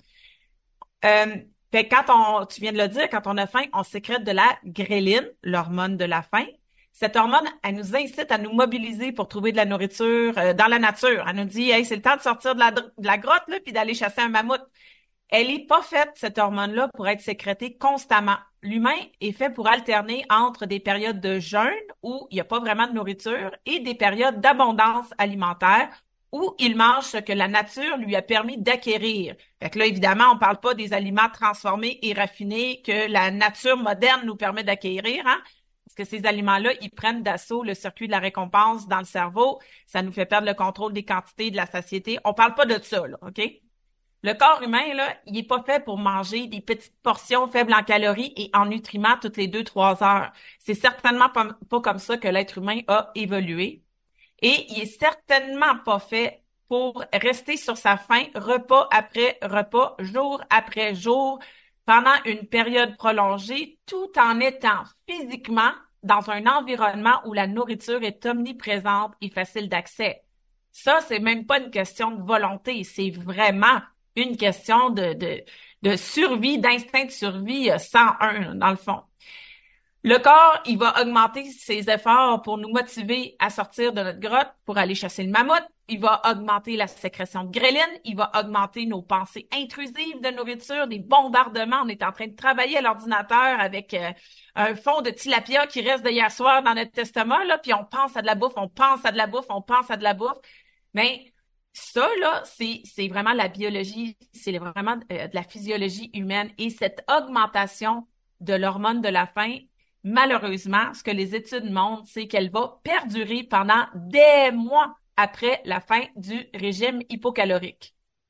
Fait que tu viens de le dire, quand on a faim, on sécrète de la gréline, l'hormone de la faim. Cette hormone, elle nous incite à nous mobiliser pour trouver de la nourriture dans la nature. Elle nous dit, hey, c'est le temps de sortir de la grotte là, puis d'aller chasser un mammouth. Elle est pas faite, cette hormone-là, pour être sécrétée constamment. L'humain est fait pour alterner entre des périodes de jeûne où il n'y a pas vraiment de nourriture et des périodes d'abondance alimentaire où il mange ce que la nature lui a permis d'acquérir. Fait que là, évidemment, on parle pas des aliments transformés et raffinés que la nature moderne nous permet d'acquérir, hein? Parce que ces aliments-là, ils prennent d'assaut le circuit de la récompense dans le cerveau. Ça nous fait perdre le contrôle des quantités, de la satiété. On parle pas de ça, là, OK? Le corps humain, là, il est pas fait pour manger des petites portions faibles en calories et en nutriments toutes les 2-3 heures. C'est certainement pas comme ça que l'être humain a évolué. Et il est certainement pas fait pour rester sur sa faim repas après repas, jour après jour, pendant une période prolongée, tout en étant physiquement dans un environnement où la nourriture est omniprésente et facile d'accès. Ça, c'est même pas une question de volonté, c'est vraiment une question de survie, d'instinct de survie 101, dans le fond. Le corps, il va augmenter ses efforts pour nous motiver à sortir de notre grotte pour aller chasser le mammouth. Il va augmenter la sécrétion de gréline. Il va augmenter nos pensées intrusives de nourriture, des bombardements. On est en train de travailler à l'ordinateur avec un fond de tilapia qui reste d'hier soir dans notre estomac, là, puis on pense à de la bouffe, on pense à de la bouffe, on pense à de la bouffe. Mais ça, là, c'est vraiment la biologie, c'est vraiment de la physiologie humaine. Et cette augmentation de l'hormone de la faim, malheureusement, ce que les études montrent, c'est qu'elle va perdurer pendant des mois après la fin du régime hypocalorique.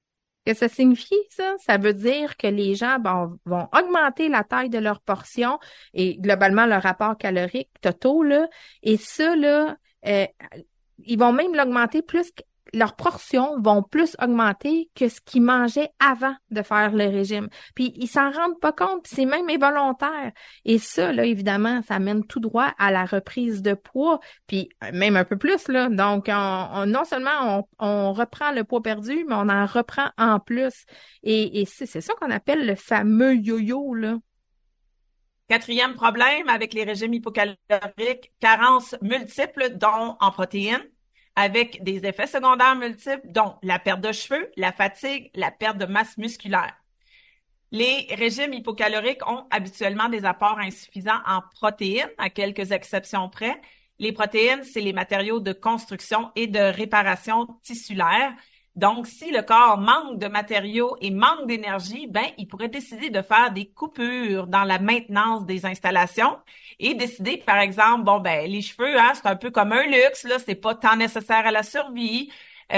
que ça signifie, ça? Ça veut dire que les gens vont augmenter la taille de leur portion et globalement leur rapport calorique totaux, là. Et ça, là, ils vont même l'augmenter plus, leurs portions vont plus augmenter que ce qu'ils mangeaient avant de faire le régime. Puis ils s'en rendent pas compte, puis c'est même involontaire. Et ça, là, évidemment, ça mène tout droit à la reprise de poids, puis même un peu plus, là. Donc, non seulement on reprend le poids perdu, mais on en reprend en plus. Et c'est ça qu'on appelle le fameux yo-yo, là. Quatrième problème avec les régimes hypocaloriques, carences multiples, dont en protéines, avec des effets secondaires multiples, dont la perte de cheveux, la fatigue, la perte de masse musculaire. Les régimes hypocaloriques ont habituellement des apports insuffisants en protéines, à quelques exceptions près. Les protéines, c'est les matériaux de construction et de réparation tissulaire. Donc, si le corps manque de matériaux et manque d'énergie, il pourrait décider de faire des coupures dans la maintenance des installations et décider, par exemple, les cheveux, c'est un peu comme un luxe, là, c'est pas tant nécessaire à la survie.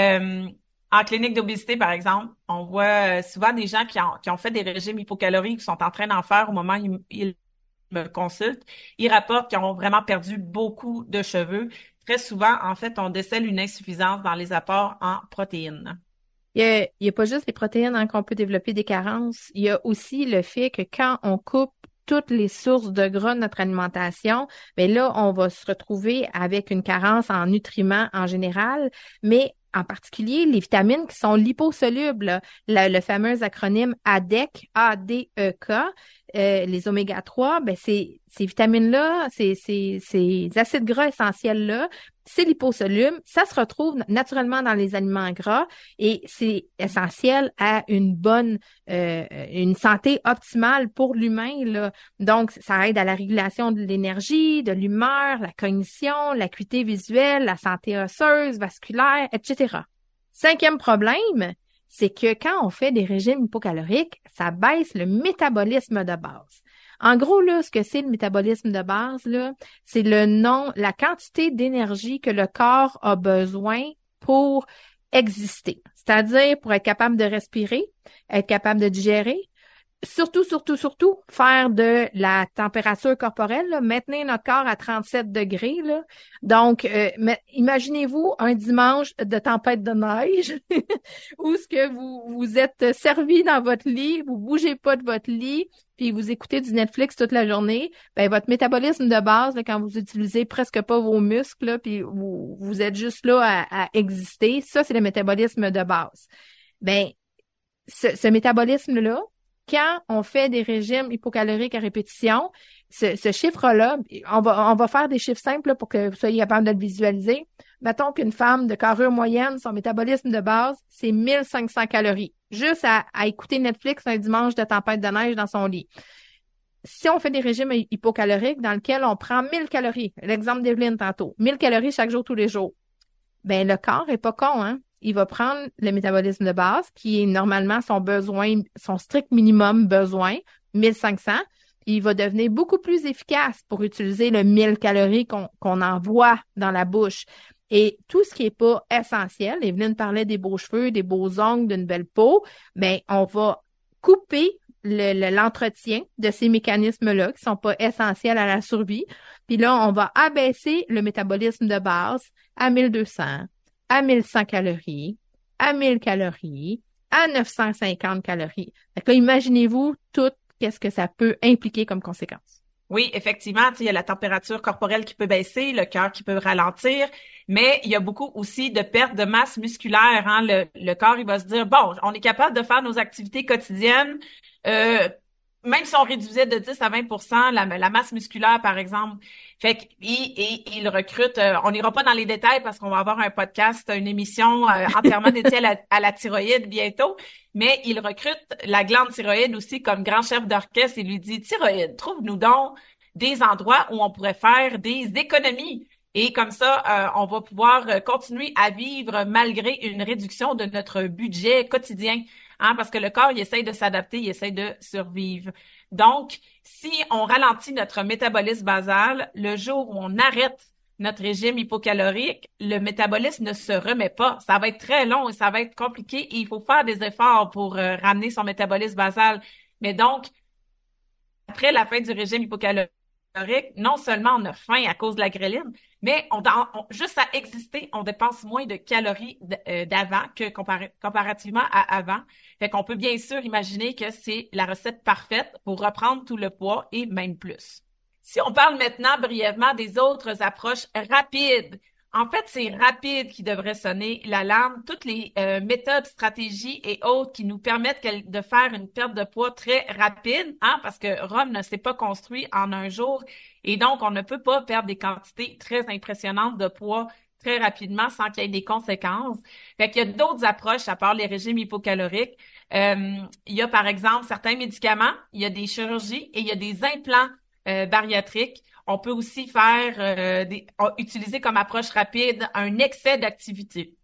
En clinique d'obésité, par exemple, on voit souvent des gens qui ont fait des régimes hypocaloriques, qui sont en train d'en faire au moment où ils me consultent. Ils rapportent qu'ils ont vraiment perdu beaucoup de cheveux. Très souvent, en fait, on décèle une insuffisance dans les apports en protéines. Il y a pas juste les protéines qu'on peut développer des carences. Il y a aussi le fait que quand on coupe toutes les sources de gras de notre alimentation, là, on va se retrouver avec une carence en nutriments en général, mais en particulier les vitamines qui sont liposolubles, le fameux acronyme ADEK, A-D-E-K, les oméga 3, ces vitamines-là, ces acides gras essentiels-là, c'est liposoluble, ça se retrouve naturellement dans les aliments gras et c'est essentiel à une bonne, une santé optimale pour l'humain, là. Donc, ça aide à la régulation de l'énergie, de l'humeur, la cognition, l'acuité visuelle, la santé osseuse, vasculaire, etc. Cinquième problème, c'est que quand on fait des régimes hypocaloriques, ça baisse le métabolisme de base. En gros, là, ce que c'est le métabolisme de base, là, c'est la quantité d'énergie que le corps a besoin pour exister. C'est-à-dire pour être capable de respirer, être capable de digérer, surtout, faire de la température corporelle, là, maintenir notre corps à 37 degrés, là. Donc, imaginez-vous un dimanche de tempête de neige où ce que vous êtes servi dans votre lit, vous bougez pas de votre lit, puis vous écoutez du Netflix toute la journée, votre métabolisme de base, là, quand vous utilisez presque pas vos muscles, là, puis vous êtes juste là à exister, ça, c'est le métabolisme de base. Ce métabolisme-là, quand on fait des régimes hypocaloriques à répétition, ce chiffre-là, on va faire des chiffres simples là, pour que vous soyez capable de le visualiser. Mettons qu'une femme de carrure moyenne, son métabolisme de base, c'est 1500 calories. Juste à écouter Netflix un dimanche de tempête de neige dans son lit. Si on fait des régimes hypocaloriques dans lesquels on prend 1000 calories, l'exemple d'Evelyne tantôt, 1000 calories chaque jour, tous les jours, le corps est pas con, hein? Il va prendre le métabolisme de base, qui est normalement son strict minimum besoin, 1500. Il va devenir beaucoup plus efficace pour utiliser le 1000 calories qu'on envoie dans la bouche. Et tout ce qui est pas essentiel, Evelyne parlait des beaux cheveux, des beaux ongles, d'une belle peau, on va couper l'entretien de ces mécanismes-là qui sont pas essentiels à la survie. Puis là, on va abaisser le métabolisme de base à 1200. À 1100 calories, à 1000 calories, à 950 calories. Fait que là, imaginez-vous qu'est-ce que ça peut impliquer comme conséquence. Oui, effectivement, il y a la température corporelle qui peut baisser, le cœur qui peut ralentir, mais il y a beaucoup aussi de perte de masse musculaire, hein. Le corps, il va se dire, on est capable de faire nos activités quotidiennes, même si on réduisait de 10 à 20% la masse musculaire, par exemple. Fait qu'il recrute, on n'ira pas dans les détails parce qu'on va avoir un podcast, une émission entièrement dédiée à la thyroïde bientôt, mais il recrute la glande thyroïde aussi comme grand chef d'orchestre et lui dit, thyroïde, trouve-nous donc des endroits où on pourrait faire des économies. Et comme ça, on va pouvoir continuer à vivre malgré une réduction de notre budget quotidien. Hein, parce que le corps, il essaye de s'adapter, il essaye de survivre. Donc, si on ralentit notre métabolisme basal, le jour où on arrête notre régime hypocalorique, le métabolisme ne se remet pas. Ça va être très long et ça va être compliqué et il faut faire des efforts pour ramener son métabolisme basal. Mais donc, après la fin du régime hypocalorique, non seulement on a faim à cause de la gréline, mais juste à exister, on dépense moins de calories d'avant que comparativement à avant. Fait qu'on peut bien sûr imaginer que c'est la recette parfaite pour reprendre tout le poids et même plus. Si on parle maintenant brièvement des autres approches rapides, en fait, c'est rapide qui devrait sonner l'alarme. Toutes les méthodes, stratégies et autres qui nous permettent de faire une perte de poids très rapide, hein, parce que Rome ne s'est pas construit en un jour et donc on ne peut pas perdre des quantités très impressionnantes de poids très rapidement sans qu'il y ait des conséquences. Fait qu'il y a d'autres approches à part les régimes hypocaloriques. Il y a par exemple certains médicaments, il y a des chirurgies et il y a des implants bariatriques. On peut aussi utiliser comme approche rapide un excès d'activité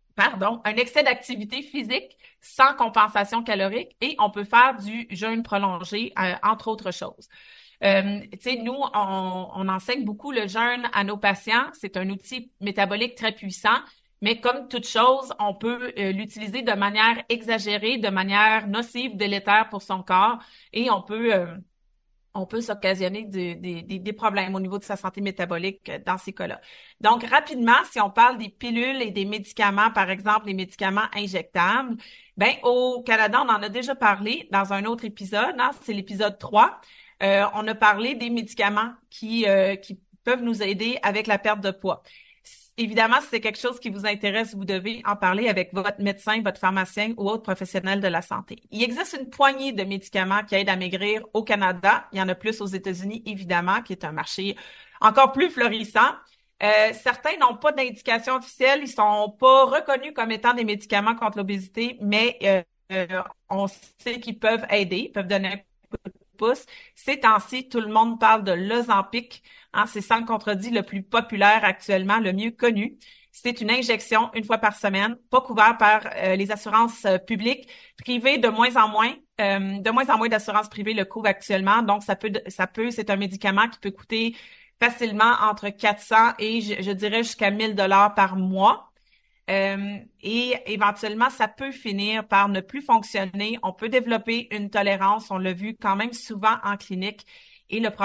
physique sans compensation calorique et on peut faire du jeûne prolongé, entre autres choses. Tu sais, nous, on enseigne beaucoup le jeûne à nos patients. C'est un outil métabolique très puissant, mais comme toute chose, on peut l'utiliser de manière exagérée, de manière nocive, délétère pour son corps et on peut s'occasionner des problèmes au niveau de sa santé métabolique dans ces cas-là. Donc, rapidement, si on parle des pilules et des médicaments, par exemple, les médicaments injectables, ben au Canada, on en a déjà parlé dans un autre épisode, hein, c'est l'épisode 3. On a parlé des médicaments qui peuvent nous aider avec la perte de poids. Évidemment, si c'est quelque chose qui vous intéresse, vous devez en parler avec votre médecin, votre pharmacien ou autre professionnel de la santé. Il existe une poignée de médicaments qui aident à maigrir au Canada. Il y en a plus aux États-Unis, évidemment, qui est un marché encore plus florissant. Certains n'ont pas d'indication officielle. Ils sont pas reconnus comme étant des médicaments contre l'obésité, mais on sait qu'ils peuvent aider, ils peuvent donner un coup de pouce. Ces temps-ci, tout le monde parle de l'Ozempic. Hein, c'est sans contredit le plus populaire actuellement, le mieux connu. C'est une injection une fois par semaine, pas couvert par les assurances publiques, privées de moins en moins d'assurances privées le couvrent actuellement. Donc c'est un médicament qui peut coûter facilement entre 400 et je dirais jusqu'à 1 000 $ par mois. Et éventuellement, ça peut finir par ne plus fonctionner. On peut développer une tolérance. On l'a vu quand même souvent en clinique. Et un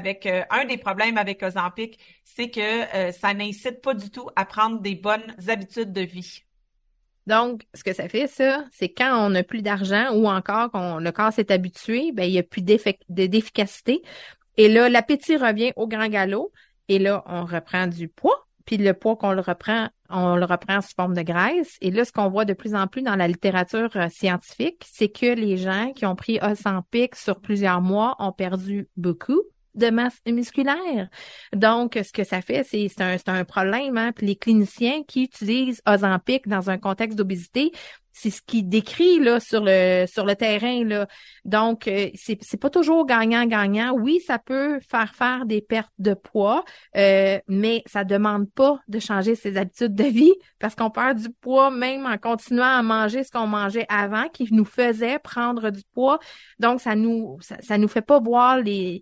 des problèmes avec Ozempic, c'est que ça n'incite pas du tout à prendre des bonnes habitudes de vie. Donc, ce que ça fait, ça, c'est quand on n'a plus d'argent ou encore le corps s'est habitué, ben il n'y a plus d'efficacité. Et là, l'appétit revient au grand galop. Et là, on reprend du poids. Puis le poids on le reprend sous forme de graisse. Et là, ce qu'on voit de plus en plus dans la littérature scientifique, c'est que les gens qui ont pris Ozempic sur plusieurs mois ont perdu beaucoup de masse musculaire. Donc, ce que ça fait, c'est un problème, hein. Puis les cliniciens qui utilisent Ozempic dans un contexte d'obésité, c'est ce qu'ils décrit là sur le terrain là. Donc c'est pas toujours gagnant-gagnant. Oui, ça peut faire des pertes de poids, mais ça demande pas de changer ses habitudes de vie parce qu'on perd du poids même en continuant à manger ce qu'on mangeait avant qui nous faisait prendre du poids. Donc ça nous fait pas voir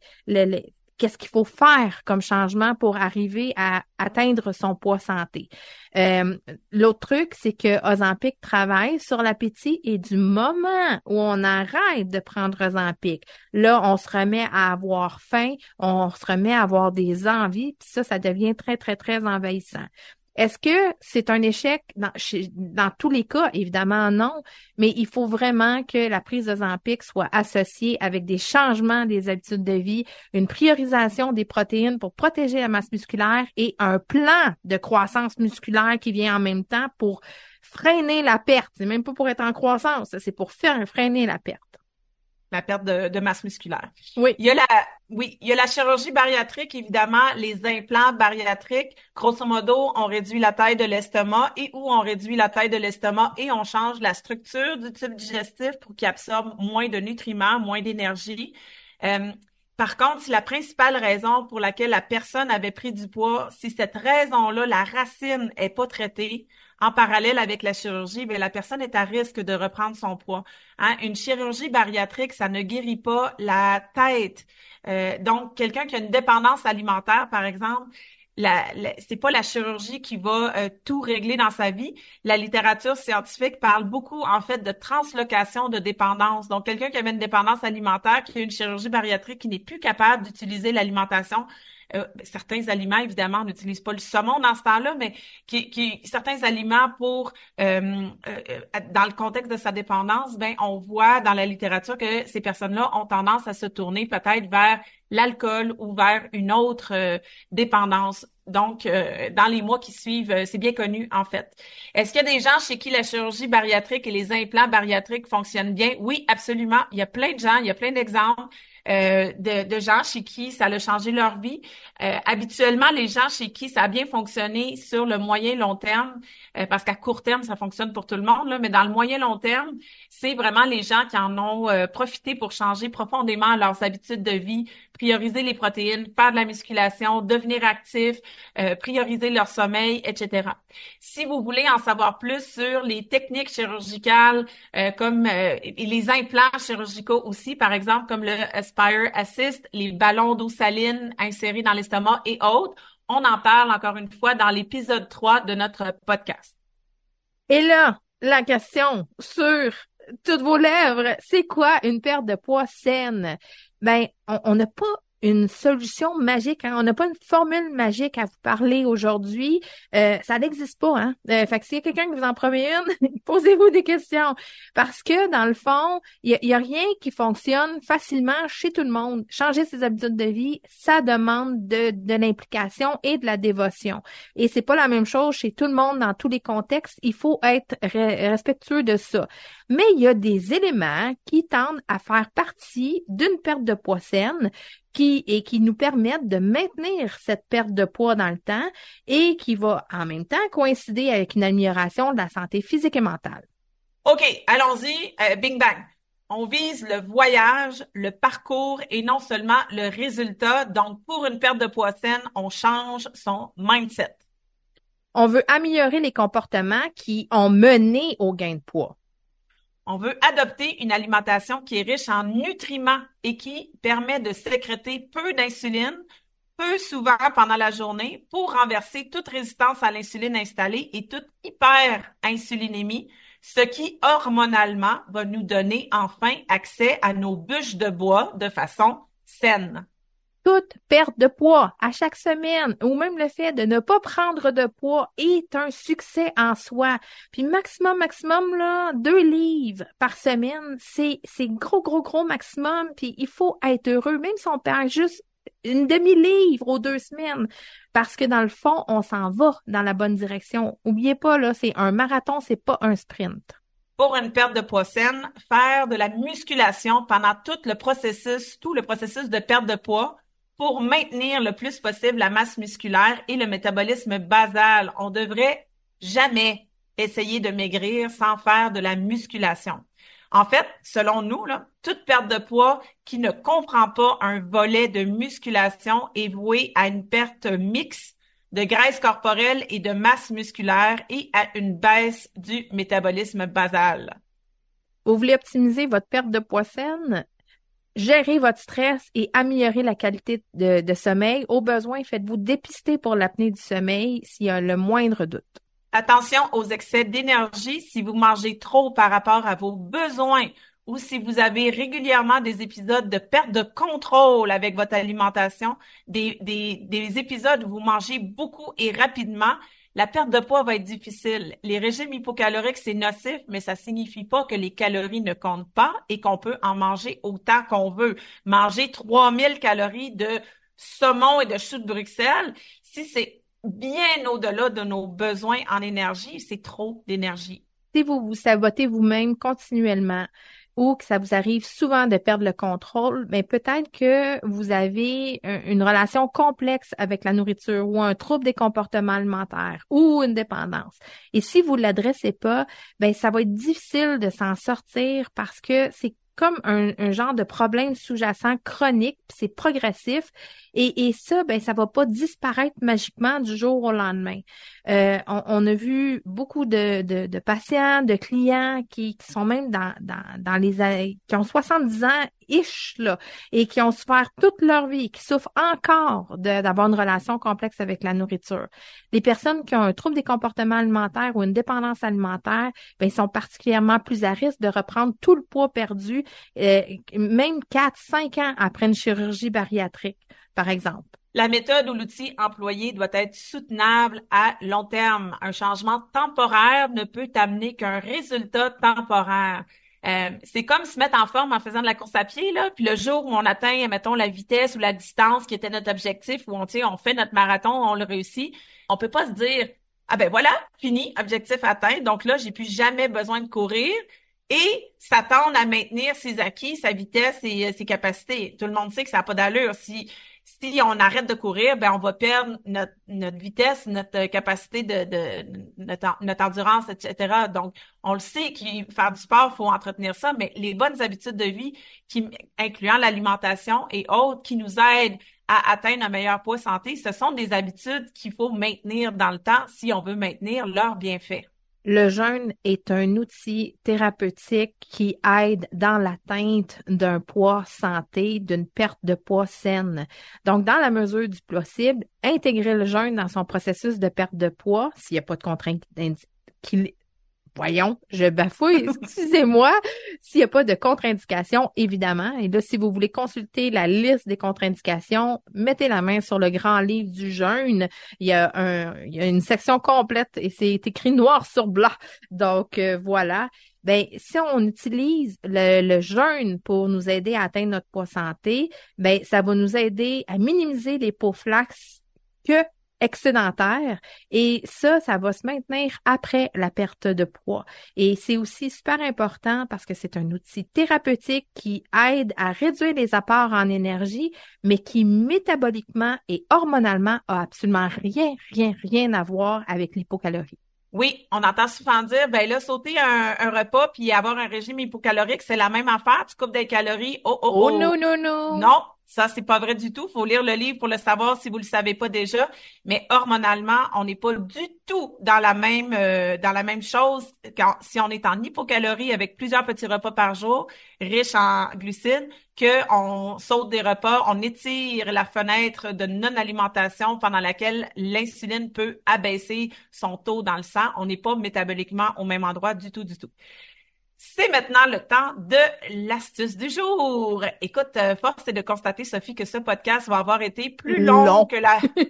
qu'est-ce qu'il faut faire comme changement pour arriver à atteindre son poids santé. L'autre truc, c'est que Ozempic travaille sur l'appétit et du moment où on arrête de prendre Ozempic, là, on se remet à avoir faim, on se remet à avoir des envies, puis ça devient très, très, très envahissant. Est-ce que c'est un échec? Dans tous les cas, évidemment non, mais il faut vraiment que la prise d'Ozempic soit associée avec des changements des habitudes de vie, une priorisation des protéines pour protéger la masse musculaire et un plan de croissance musculaire qui vient en même temps pour freiner la perte. C'est même pas pour être en croissance, c'est pour freiner la perte. La perte de masse musculaire. Oui. Il y a la chirurgie bariatrique, évidemment, les implants bariatriques. Grosso modo, on réduit la taille de l'estomac et où on réduit la taille de l'estomac et on change la structure du tube digestif pour qu'il absorbe moins de nutriments, moins d'énergie. Par contre, si la principale raison pour laquelle la personne avait pris du poids, si cette raison-là, la racine, est pas traitée en parallèle avec la chirurgie, bien, la personne est à risque de reprendre son poids. Hein? Une chirurgie bariatrique, ça ne guérit pas la tête. Donc, quelqu'un qui a une dépendance alimentaire, par exemple, c'est pas la chirurgie qui va tout régler dans sa vie. La littérature scientifique parle beaucoup, en fait, de translocation de dépendance. Donc, quelqu'un qui avait une dépendance alimentaire, qui a une chirurgie bariatrique, qui n'est plus capable d'utiliser l'alimentation. Certains aliments, évidemment, on n'utilise pas le saumon dans ce temps-là, mais certains aliments pour dans le contexte de sa dépendance, ben on voit dans la littérature que ces personnes-là ont tendance à se tourner peut-être vers l'alcool ou vers une autre dépendance. Donc, dans les mois qui suivent, c'est bien connu, en fait. Est-ce qu'il y a des gens chez qui la chirurgie bariatrique et les implants bariatriques fonctionnent bien? Oui, absolument. Il y a plein de gens, il y a plein d'exemples de gens chez qui ça a changé leur vie. Habituellement, les gens chez qui ça a bien fonctionné sur le moyen long terme, parce qu'à court terme, ça fonctionne pour tout le monde, là, mais dans le moyen long terme, c'est vraiment les gens qui en ont profité pour changer profondément leurs habitudes de vie, prioriser les protéines, faire de la musculation, devenir actifs, prioriser leur sommeil, etc. Si vous voulez en savoir plus sur les techniques chirurgicales, comme les implants chirurgicaux aussi, par exemple, comme le Aspire Assist, les ballons d'eau saline insérés dans l'estomac et autres, on en parle encore une fois dans l'épisode 3 de notre podcast. Et là, la question sur toutes vos lèvres, c'est quoi une perte de poids saine? Ben, on n'a pas une solution magique, hein? On n'a pas une formule magique à vous parler aujourd'hui. Ça n'existe pas, hein? Fait que s'il y a quelqu'un qui vous en promet une, posez-vous des questions. Parce que, dans le fond, il y a rien qui fonctionne facilement chez tout le monde. Changer ses habitudes de vie, ça demande de l'implication et de la dévotion. Et c'est pas la même chose chez tout le monde dans tous les contextes. Il faut être respectueux de ça. Mais il y a des éléments qui tendent à faire partie d'une perte de poids saine qui nous permettent de maintenir cette perte de poids dans le temps et qui va en même temps coïncider avec une amélioration de la santé physique et mentale. OK, allons-y. Bing bang. On vise le voyage, le parcours et non seulement le résultat. Donc, pour une perte de poids saine, on change son mindset. On veut améliorer les comportements qui ont mené au gain de poids. On veut adopter une alimentation qui est riche en nutriments et qui permet de sécréter peu d'insuline, peu souvent pendant la journée pour renverser toute résistance à l'insuline installée et toute hyperinsulinémie, ce qui hormonalement va nous donner enfin accès à nos bûches de bois de façon saine. Toute perte de poids à chaque semaine ou même le fait de ne pas prendre de poids est un succès en soi. Puis maximum, là, 2 livres par semaine, c'est gros maximum. Puis il faut être heureux, même si on perd juste une demi-livre aux 2 semaines. Parce que dans le fond, on s'en va dans la bonne direction. Oubliez pas, là, c'est un marathon, c'est pas un sprint. Pour une perte de poids saine, faire de la musculation pendant tout le processus de perte de poids, pour maintenir le plus possible la masse musculaire et le métabolisme basal. On devrait jamais essayer de maigrir sans faire de la musculation. En fait, selon nous, là, toute perte de poids qui ne comprend pas un volet de musculation est vouée à une perte mixte de graisse corporelle et de masse musculaire et à une baisse du métabolisme basal. Vous voulez optimiser votre perte de poids saine? Gérer votre stress et améliorer la qualité de sommeil. Au besoin, faites-vous dépister pour l'apnée du sommeil s'il y a le moindre doute. Attention aux excès d'énergie si vous mangez trop par rapport à vos besoins ou si vous avez régulièrement des épisodes de perte de contrôle avec votre alimentation, des épisodes où vous mangez beaucoup et rapidement. La perte de poids va être difficile. Les régimes hypocaloriques, c'est nocif, mais ça signifie pas que les calories ne comptent pas et qu'on peut en manger autant qu'on veut. Manger 3000 calories de saumon et de choux de Bruxelles, si c'est bien au-delà de nos besoins en énergie, c'est trop d'énergie. Si vous vous sabotez vous-même continuellement, ou que ça vous arrive souvent de perdre le contrôle, mais peut-être que vous avez une relation complexe avec la nourriture ou un trouble des comportements alimentaires ou une dépendance. Et si vous l'adressez pas, ben ça va être difficile de s'en sortir parce que c'est comme un genre de problème sous-jacent chronique, puis c'est progressif, et ça, ben ça va pas disparaître magiquement du jour au lendemain. On a vu beaucoup de patients, de clients qui sont même dans les qui ont 70 ans ish, là, et qui ont souffert toute leur vie, qui souffrent encore d'avoir une relation complexe avec la nourriture. Les personnes qui ont un trouble des comportements alimentaires ou une dépendance alimentaire, ben, ils sont particulièrement plus à risque de reprendre tout le poids perdu, même 4-5 ans après une chirurgie bariatrique, par exemple. La méthode ou l'outil employé doit être soutenable à long terme. Un changement temporaire ne peut amener qu'un résultat temporaire. C'est comme se mettre en forme en faisant de la course à pied, là, puis le jour où on atteint, mettons, la vitesse ou la distance qui était notre objectif, où on fait notre marathon, on le réussit, on peut pas se dire, ah ben voilà, fini, objectif atteint, donc là, j'ai plus jamais besoin de courir, et s'attendre à maintenir ses acquis, sa vitesse et ses capacités. Tout le monde sait que ça n'a pas d'allure. Si on arrête de courir, ben on va perdre notre vitesse, notre capacité notre endurance, etc. Donc, on le sait que faire du sport, faut entretenir ça, mais les bonnes habitudes de vie, incluant l'alimentation et autres, qui nous aident à atteindre un meilleur poids santé, ce sont des habitudes qu'il faut maintenir dans le temps si on veut maintenir leurs bienfaits. Le jeûne est un outil thérapeutique qui aide dans l'atteinte d'un poids santé, d'une perte de poids saine. Donc, dans la mesure du possible, intégrer le jeûne dans son processus de perte de poids, s'il n'y a pas de contrainte voyons, je bafouille, excusez-moi, s'il n'y a pas de contre-indication, évidemment. Et là, si vous voulez consulter la liste des contre-indications, mettez la main sur le grand livre du jeûne. Il y a une section complète et c'est écrit noir sur blanc. Donc, voilà. Ben, si on utilise le jeûne pour nous aider à atteindre notre poids santé, ben, ça va nous aider à minimiser les peaux flaques que excédentaire et ça va se maintenir après la perte de poids. Et c'est aussi super important parce que c'est un outil thérapeutique qui aide à réduire les apports en énergie, mais qui métaboliquement et hormonalement a absolument rien à voir avec l'hypocalorie. Oui, on entend souvent dire, ben là, sauter un repas puis avoir un régime hypocalorique, c'est la même affaire. Tu coupes des calories. Oh non, non, non. Non, ça, c'est pas vrai du tout. Faut lire le livre pour le savoir si vous le savez pas déjà. Mais hormonalement, on n'est pas du tout dans la même chose si on est en hypocalorie avec plusieurs petits repas par jour, riches en glucides, on saute des repas, on étire la fenêtre de non-alimentation pendant laquelle l'insuline peut abaisser son taux dans le sang. On n'est pas métaboliquement au même endroit du tout. C'est maintenant le temps de l'astuce du jour. Écoute, force est de constater, Sophie, que ce podcast va avoir été plus long que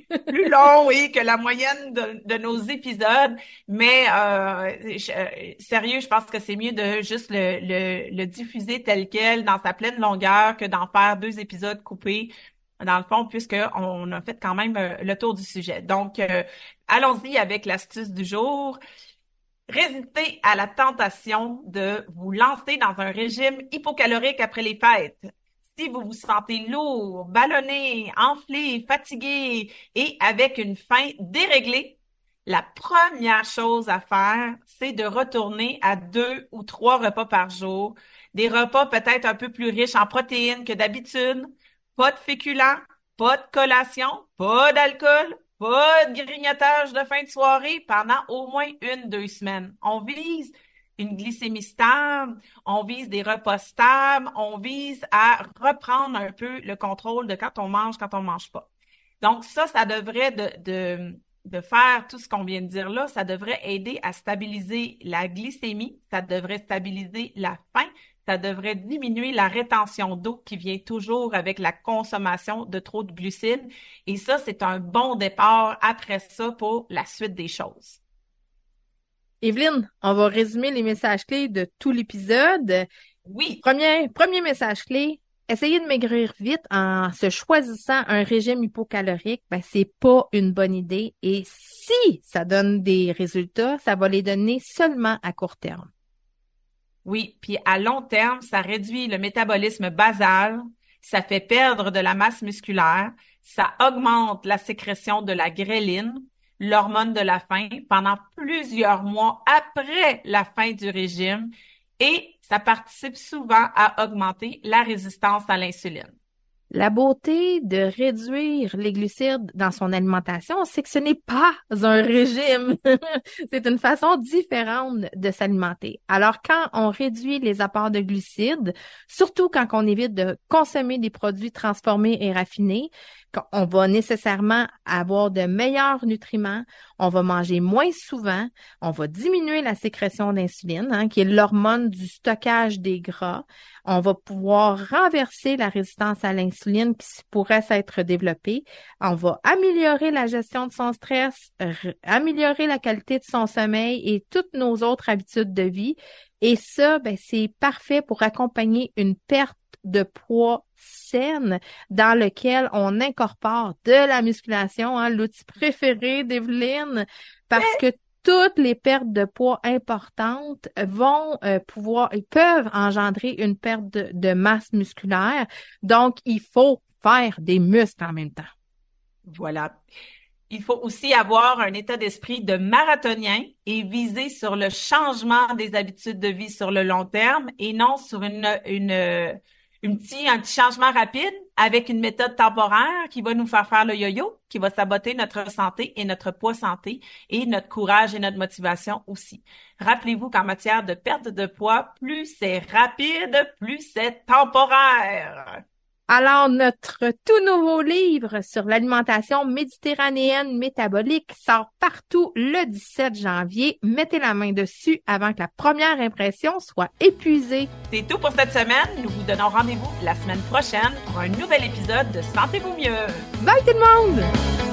la moyenne de nos épisodes. Mais sérieux, je pense que c'est mieux de juste le diffuser tel quel dans sa pleine longueur que d'en faire 2 épisodes coupés. Dans le fond, puisqu'on a fait quand même le tour du sujet. Donc, allons-y avec l'astuce du jour. Résistez à la tentation de vous lancer dans un régime hypocalorique après les fêtes. Si vous vous sentez lourd, ballonné, enflé, fatigué et avec une faim déréglée, la première chose à faire, c'est de retourner à 2 ou 3 repas par jour. Des repas peut-être un peu plus riches en protéines que d'habitude, pas de féculents, pas de collation, pas d'alcool, pas de grignotage de fin de soirée pendant au moins 1-2 semaines. On vise une glycémie stable, on vise des repas stables, on vise à reprendre un peu le contrôle de quand on mange pas. Donc ça devrait de faire tout ce qu'on vient de dire là, ça devrait aider à stabiliser la glycémie, ça devrait stabiliser la faim, ça devrait diminuer la rétention d'eau qui vient toujours avec la consommation de trop de glucides. Et ça, c'est un bon départ après ça pour la suite des choses. Evelyne, on va résumer les messages clés de tout l'épisode. Oui. Premier message clé, essayer de maigrir vite en se choisissant un régime hypocalorique, ben c'est pas une bonne idée. Et si ça donne des résultats, ça va les donner seulement à court terme. Oui, puis à long terme, ça réduit le métabolisme basal, ça fait perdre de la masse musculaire, ça augmente la sécrétion de la gréline, l'hormone de la faim, pendant plusieurs mois après la fin du régime et ça participe souvent à augmenter la résistance à l'insuline. La beauté de réduire les glucides dans son alimentation, c'est que ce n'est pas un régime. C'est une façon différente de s'alimenter. Alors, quand on réduit les apports de glucides, surtout quand on évite de consommer des produits transformés et raffinés, on va nécessairement avoir de meilleurs nutriments, on va manger moins souvent, on va diminuer la sécrétion d'insuline, qui est l'hormone du stockage des gras. On va pouvoir renverser la résistance à l'insuline qui pourrait s'être développée. On va améliorer la gestion de son stress, améliorer la qualité de son sommeil et toutes nos autres habitudes de vie. Et ça, c'est parfait pour accompagner une perte de poids saine dans lequel on incorpore de la musculation, l'outil préféré d'Evelyne, parce que toutes les pertes de poids importantes peuvent engendrer une perte de masse musculaire. Donc, il faut faire des muscles en même temps. Voilà. Il faut aussi avoir un état d'esprit de marathonien et viser sur le changement des habitudes de vie sur le long terme et non sur un petit changement rapide avec une méthode temporaire qui va nous faire le yo-yo, qui va saboter notre santé et notre poids santé et notre courage et notre motivation aussi. Rappelez-vous qu'en matière de perte de poids, plus c'est rapide, plus c'est temporaire. Alors, notre tout nouveau livre sur l'alimentation méditerranéenne métabolique sort partout le 17 janvier. Mettez la main dessus avant que la première impression soit épuisée. C'est tout pour cette semaine. Nous vous donnons rendez-vous la semaine prochaine pour un nouvel épisode de Sentez-vous mieux. Bye tout le monde!